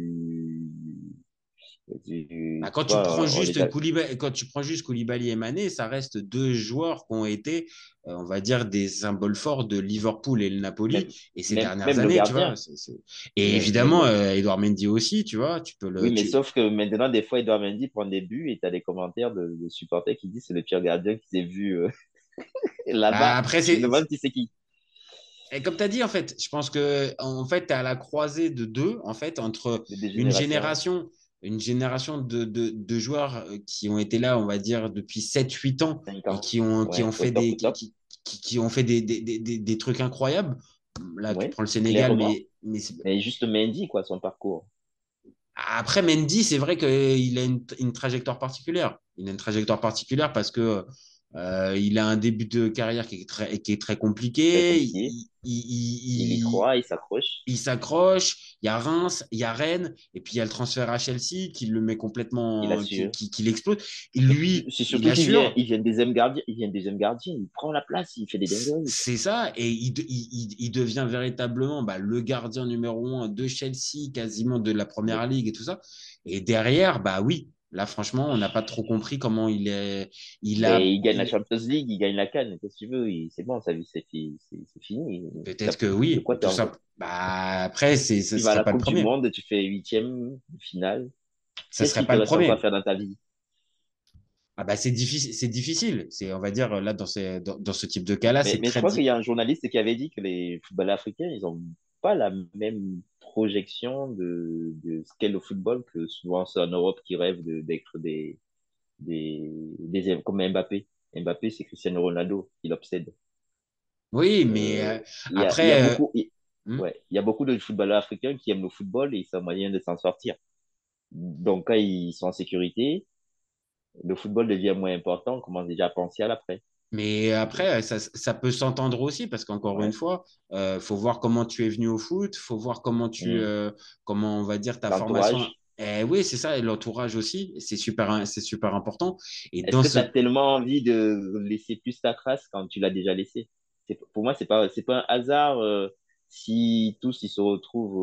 bah, tu vois, on est, Quand tu prends juste Koulibaly et Mané, ça reste deux joueurs qui ont été, on va dire, des symboles forts de Liverpool et le même, Napoli et ces dernières même le années, tu vois. gardien, Et même évidemment, Edouard Mendy aussi, tu vois. oui, mais sauf que maintenant, des fois, Edouard Mendy prend des buts et tu as des commentaires de supporters qui disent c'est le pire gardien qu'ils aient vu Bah, là-bas. après, Je me demande qui c'est qui. et comme tu as dit, en fait, je pense que en fait, tu es à la croisée de deux, en fait, entre De des une générations, génération, une génération de joueurs qui ont été là, on va dire, depuis 7 8 ans 5 et ans, qui ont ouais, au fait top, au top. qui ont fait des trucs incroyables. Là, tu Ouais, prends le Sénégal, clairement. mais Mais juste Mendy, quoi, son parcours. après, Mendy, c'est vrai qu'il a une trajectoire particulière. Il a une trajectoire particulière parce que il a un début de carrière qui est très Très compliqué. compliqué. Il y croit, il s'accroche. Il s'accroche. Il y a Reims, il y a Rennes, et puis il y a le transfert à Chelsea qui le met Il complètement, assure. qui l'explose. Et lui, C'est il surtout assure. il vient deuxième gardien, il prend la place, il fait des dingueries. C'est ça, et il devient véritablement bah, le gardien numéro 1 de Chelsea, quasiment de la première ligue et tout ça. Et derrière, bah oui, là franchement, on n'a pas trop compris comment il Mais a, il gagne la Champions League, il gagne la CAN, qu'est-ce que tu veux, c'est bon, sa vie, c'est fini. peut-être que oui, De quoi tu tout as encore? ça. Bah après, ce Tu vas à serait la pas le Coupe du premier. Monde, tu fais huitième, finale. Ça Qu'est-ce serait qu'il te pas le reste encore à premier. faire dans ta vie? Ah bah c'est difficile, c'est difficile. C'est, on va dire, là, dans ce type de cas-là, c'est Mais je très crois qu'il difficile. y a un journaliste qui avait dit que les footballeurs africains, ils ont pas la même projection de ce qu'est le football que souvent c'est en Europe qui rêvent d'être comme Mbappé. Mbappé, c'est Cristiano Ronaldo qui l'obsède. Oui, mais Il y a après, beaucoup, hmm, ouais, il y a beaucoup de footballeurs africains qui aiment le football et ils sont moyen de s'en sortir. Donc, quand ils sont en sécurité, le football devient moins important. On commence déjà à penser à l'après. mais après, ça peut s'entendre aussi parce qu'encore une Ouais. fois, faut voir comment tu es venu au foot, faut voir Mm. comment on va dire ta formation. L'entourage. Eh oui, c'est ça, et l'entourage aussi, c'est super important. Et Est-ce dans que tu ce, as tellement envie de laisser plus ta trace quand tu l'as déjà laissé? Pour moi, c'est pas un hasard si tous ils se retrouvent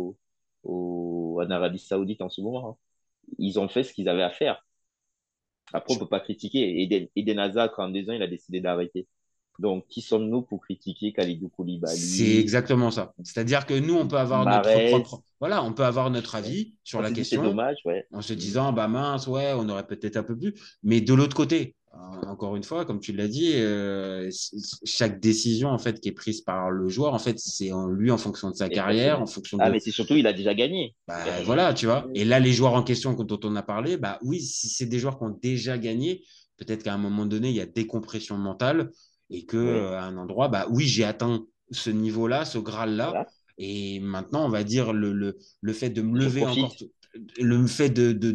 en Arabie Saoudite en ce moment, hein. Ils ont fait ce qu'ils avaient à faire. Après, on peut pas critiquer. Eden Hazard, en 2 ans, il a décidé d'arrêter. Donc, qui sommes-nous pour critiquer Kalidou c'est Koulibaly, exactement ça. C'est-à-dire que nous, on peut avoir notre Mahrez? propre, voilà, on peut avoir notre Ouais. avis sur On la se dit c'est question dommage, ouais. en se Mm. disant, bah mince, ouais, on aurait peut-être un peu plus. Mais de l'autre côté, encore une fois, comme tu l'as dit, chaque décision en fait qui est prise par le joueur, en fait, c'est en lui en fonction de sa carrière, en Exactement. fonction Ah, de, mais c'est surtout, il a déjà gagné. bah, voilà, tu vois. Et là, les joueurs en question dont on a parlé, bah oui, si c'est des joueurs qui ont déjà gagné, peut-être qu'à un moment donné, il y a décompression mentale et que Oui, à un endroit, bah oui, j'ai atteint ce niveau-là, ce Graal-là. voilà. Et maintenant, on va dire le fait de me Je lever profite. encore, le fait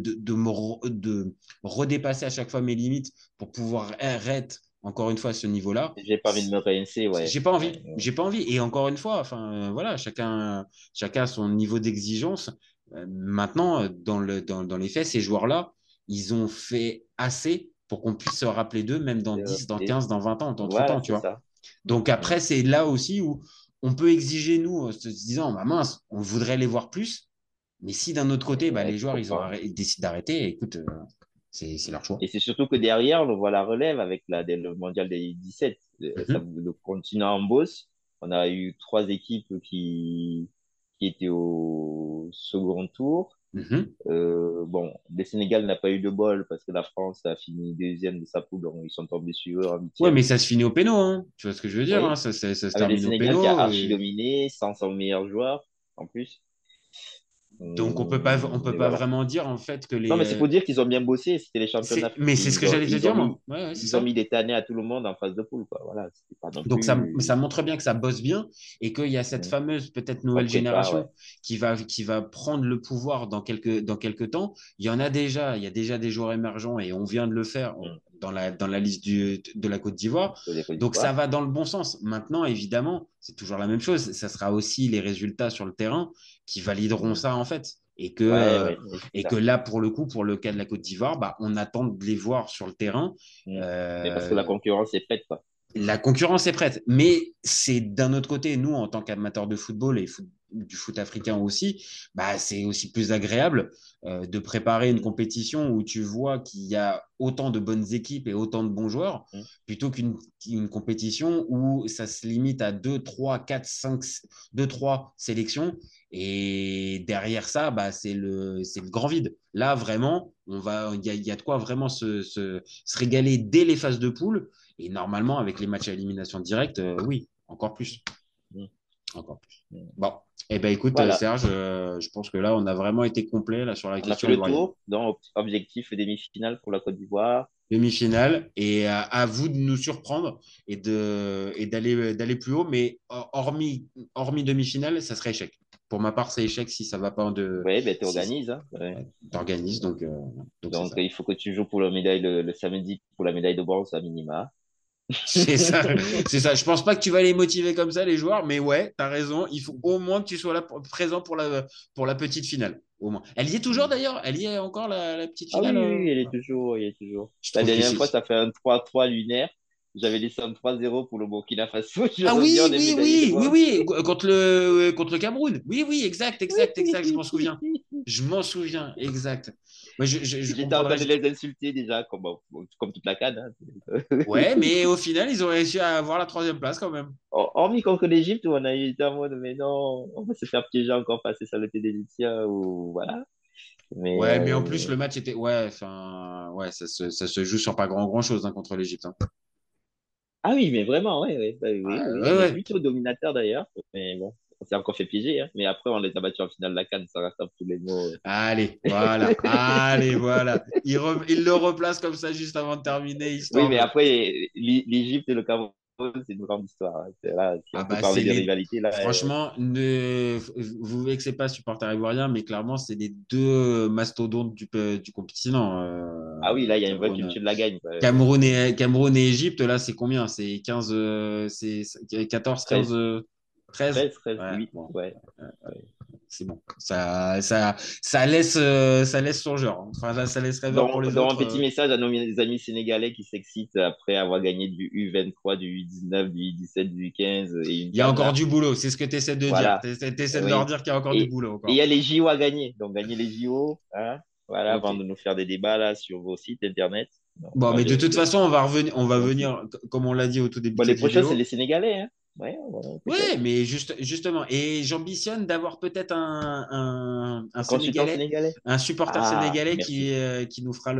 de redépasser à chaque fois mes limites pour pouvoir être encore une fois à ce niveau-là, J'ai pas envie de me réinsérer, ouais. Ouais, ouais. j'ai pas envie. Et encore une fois, enfin voilà, chacun a son niveau d'exigence. Maintenant, dans les faits, ces joueurs-là, ils ont fait assez pour qu'on puisse se rappeler d'eux, même dans 10 dans Et 15 dans 20 ans, dans 30 voilà, ans, tu c'est vois. ça. Donc Mm. après, c'est là aussi où on peut exiger, nous, en se disant, bah mince, on voudrait les voir plus. Mais si d'un autre côté, bah, Ouais, les tu joueurs, comprends. ils décident d'arrêter, écoute, c'est leur choix. Et c'est surtout que derrière, on voit la relève avec le mondial des 17. Mhm, Le continent en bosse. On a eu 3 équipes qui étaient au second tour. mhm. Bon, le Sénégal n'a pas eu de bol parce que la France a fini deuxième de sa poule, donc ils sont tombés sur eux en Ouais, mais huitième. ça se finit au péno, hein. Tu vois ce que je veux dire, hein. Oui, Ça se avec le termine au Sénégal qui a péno. archi dominé, sans son meilleur joueur en plus. Donc, on peut Mais pas voilà. vraiment dire, en fait, que Non, mais c'est pour dire qu'ils ont bien bossé. C'était les champions d'Afrique mais et c'est ce que j'allais te dire, moi. Ouais, ouais, c'est ils ont ça. mis des tannés à tout le monde en phase de poule, quoi. Voilà, c'était pas non Donc ça plus. montre bien que ça bosse bien et qu'il y a cette fameuse peut-être On nouvelle prépare, ouais. génération qui va prendre le pouvoir dans quelques temps. Il y a déjà des joueurs émergents et on vient de le faire Mm. dans la liste de la Côte d'Ivoire. De la Côte Donc ça d'Ivoire. va dans le bon sens. Maintenant, évidemment, c'est toujours la même chose. Ça sera aussi les résultats sur le terrain qui valideront Mm. ça en fait. Ouais, ouais, ouais, c'est Et que ça. là, pour le coup, pour le cas de la Côte d'Ivoire, bah, on attend de les voir sur le terrain. Mm. Mais parce que la Euh, concurrence est prête, quoi. la concurrence est prête, mais c'est d'un autre côté, nous, en tant qu'amateurs de football et du foot africain aussi, bah, c'est aussi plus agréable de préparer une Mm. compétition où tu vois qu'il y a autant de bonnes équipes et autant de bons joueurs, Mm. plutôt qu'une compétition où ça se limite à 2, 3, 4, 5, 2, 3 sélections. Et derrière ça, bah, c'est le grand vide. Là, vraiment, il y a de quoi vraiment se régaler dès les phases de poule. Et normalement, avec les matchs à élimination directe, oui, encore plus. Mm. Encore plus. Mm. Bon, eh ben écoute, Voilà. Serge, je pense que là, on a vraiment été complet là, sur la On a fait question le ivoirienne. tour. Donc, objectif demi-finale pour la Côte d'Ivoire. Demi-finale, et à vous de nous surprendre et d'aller plus haut, mais hormis demi-finale, ça serait échec. Pour ma part, c'est échec si ça va pas Ouais, ben, tu si organises, hein. Ouais. t'organises, donc c'est Donc, ça. il faut que tu joues pour la médaille le samedi pour la médaille de bronze à minima. C'est ça, c'est ça. Je pense pas que tu vas les motiver comme ça, les joueurs, mais ouais, t'as raison. Il faut au moins que tu sois là présent pour la petite finale. Au moins. Elle y est toujours d'ailleurs. Elle y est encore la petite Ah oui, finale. oui, oui, il est toujours. Je La trouve que dernière c'est. fois, ça fait un 3-3 lunaire. J'avais laissé un 3-0 pour le Burkina Faso. Je Ah reviens, oui, on est oui, médaillé de oui, oui, bronze. oui, contre le Cameroun. Oui, oui, exact, exact, exact. Je m'en souviens. Je m'en souviens, exact. Moi, je J'étais en comprendrais. train de les insulter déjà, comme toute la CAN, hein. Ouais, mais au final, ils ont réussi à avoir la troisième place quand même. Hormis contre l'Égypte, où on a été en mode, mais non, on va se faire piéger encore passer ça le l'Égyptien, ou voilà. Mais Ouais, mais en plus, le match était. Ouais, enfin, ouais, ça se joue sur pas grand chose hein, contre l'Égypte. Hein. ah oui, mais vraiment, ouais, ouais, bah oui, oui, Ouais, on est ouais. plutôt dominateur d'ailleurs. Mais bon, on s'est encore fait piéger, hein. Mais après, on les a battus en finale de la CAN, ça reste tous les mots. Allez, voilà. Allez, voilà. Il le replace comme ça juste avant de terminer, Oui, histoire mais de. après, l'Égypte et le Cameroun c'est une grande histoire. Hein. Là, si Ah on peut bah, parler de rivalité, là. Franchement, vous vexez pas, supporters ivoiriens, mais clairement, c'est les deux mastodontes du continent. Ah oui, là, il y a une vraie Cameroun, culture de la gagne. Quoi. Cameroun et Égypte, là, c'est combien? C'est 15, c'est 14, 15, 13? 13, 13, Ouais, 8, bon, ouais. c'est bon. Ça laisse songeur. Enfin, là, ça laisse rêveur pour les Dans un autres. petit message à nos amis sénégalais qui s'excitent après avoir gagné du U23, du U19, du U17, du U15 et une Il y a CAN, encore là. du boulot, c'est ce que tu essaies de dire. Voilà. Tu essaies de Oui. leur dire qu'il y a encore du boulot. Et Encore. il y a les JO à gagner. Donc, gagner les JO, hein, voilà, Ok. avant de nous faire des débats là sur vos sites internet. Donc, Bon, moi, mais de toute façon, on va gentil. venir, comme on l'a dit au tout début Bon, de les cette prochains, c'est vidéo. les Sénégalais. Hein. Ouais, Oui, peut-être. mais justement, et j'ambitionne d'avoir peut-être un Un consultant Sénégalais, sénégalais. un supporter Ah, sénégalais merci. qui nous fera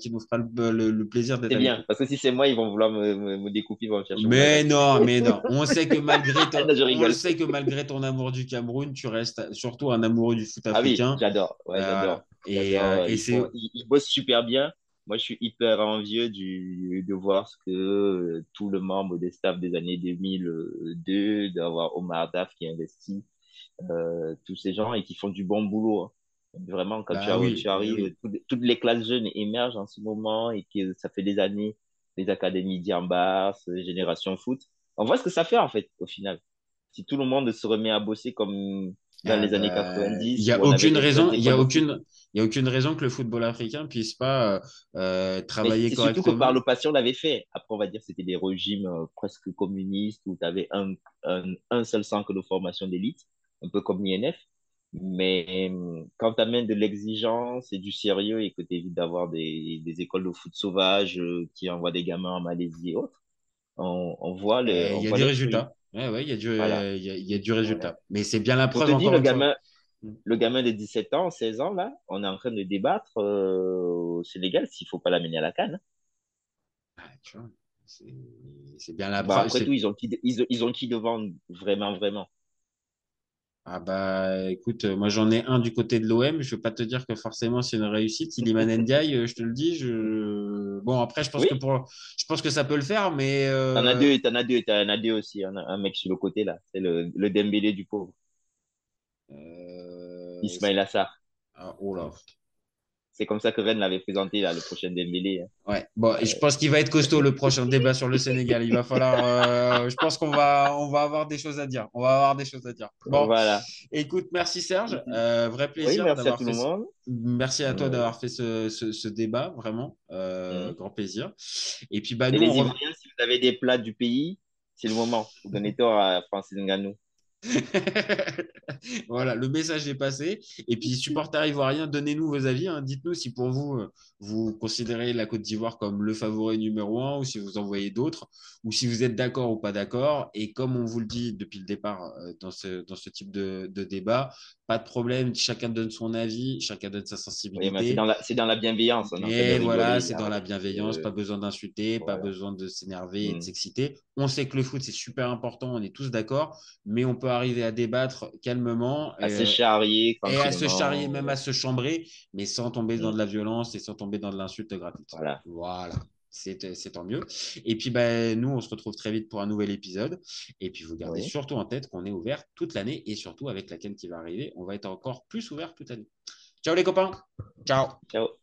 le plaisir d'être C'est avec bien. nous. Parce que si c'est moi, ils vont vouloir me découper, ils vont me chercher mon Mais adresse. non, mais non. On sait que Non, je rigole. malgré ton amour du Cameroun, tu restes surtout un amoureux du foot Ah oui, africain. j'adore. Ouais, Voilà. j'adore. J'adore. Et c'est Ils bossent super bien. Moi, je suis hyper envieux de voir ce que tout le membre des staffs des années 2002, d'avoir Omar Daf qui investit, tous ces gens et qui font du bon boulot. Hein. Vraiment, quand bah oui, tu mais arrives, oui. toutes les classes jeunes émergent en ce moment et que ça fait des années, les académies Diambars, Génération Foot. On voit ce que ça fait, en fait, au final. Si tout le monde se remet à bosser comme dans Ah les années bah, 90 où on avait des vraies écoles de foot. il y a aucune raison que le football africain puisse pas Mais travailler c'est surtout que par correctement. le passé, on l'avait fait. Après, on va dire que c'était des régimes presque communistes où tu avais un seul centre de formation d'élite, un peu comme l'INF. Mais quand tu amènes de l'exigence et du sérieux et que tu évites d'avoir des écoles de foot sauvage qui envoient des gamins en Malaisie et autres, Il on y a voit du les fruits. résultat. Ouais, Voilà. il y a du Voilà. résultat. Mais c'est bien la Pour te preuve, dire, encore une fois. le gamin de 17 ans, 16 ans, là, on est en train de débattre au Sénégal s'il faut pas l'amener à la CAN. Ah, tu vois, c'est c'est bien la Bah, preuve. après tout, ils ont qui devant, vraiment, vraiment. Ah bah écoute, moi j'en ai un du côté de l'OM. Je ne veux pas te dire que forcément c'est une réussite. Iliman Ndiaye, je te le dis. Bon après, Oui, je pense que ça peut le faire, mais t'en as deux aussi. Un mec sur le côté, là. C'est le Dembélé du pauvre. euh, Ismail Assar. oh là. C'est comme ça que Rennes l'avait présenté, là, le prochain Dembélé. Hein. Ouais, bon, je pense qu'il va être costaud le prochain débat sur le Sénégal. Il va falloir, je pense on va avoir des choses à dire. On va avoir des choses à dire. Bon, Voilà. écoute, merci Serge. Vrai Oui, plaisir merci à d'avoir tout le monde. merci à toi Ouais. d'avoir fait ce débat, vraiment. Grand plaisir. Et puis, bah, Et nous, les Ivoiriens, si vous avez des plats du pays, c'est le moment. Vous donnez tort à Francis Ngannou. Voilà, le message est passé. Et puis, supporters ivoiriens, donnez-nous vos avis. Hein. Dites-nous si pour vous, vous considérez la Côte d'Ivoire comme le favori numéro un ou si vous en voyez d'autres, ou si vous êtes d'accord ou pas d'accord. Et comme on vous le dit depuis le départ dans ce type de débat, pas de problème. Chacun donne son avis, chacun donne sa Oui, mais sensibilité. c'est dans la bienveillance. On est en train de Et voilà, rigoler. Il y c'est a dans la rien bienveillance, de... pas besoin d'insulter, pas Voilà. besoin de s'énerver et de Mm. s'exciter. On sait que le foot, c'est super important, on est tous d'accord, mais on peut arriver à débattre calmement À se charrier et à se charrier, tranquillement. même à se chambrer, mais sans tomber dans de Mm. la violence et sans tomber dans de l'insulte gratuite. Voilà. Voilà. C'est tant mieux. Et puis, bah, nous, on se retrouve très vite pour un nouvel épisode. Et puis, vous gardez Oui. surtout en tête qu'on est ouvert toute l'année et surtout avec la CAN qui va arriver, on va être encore plus ouvert toute l'année. Ciao les copains. Ciao. Ciao.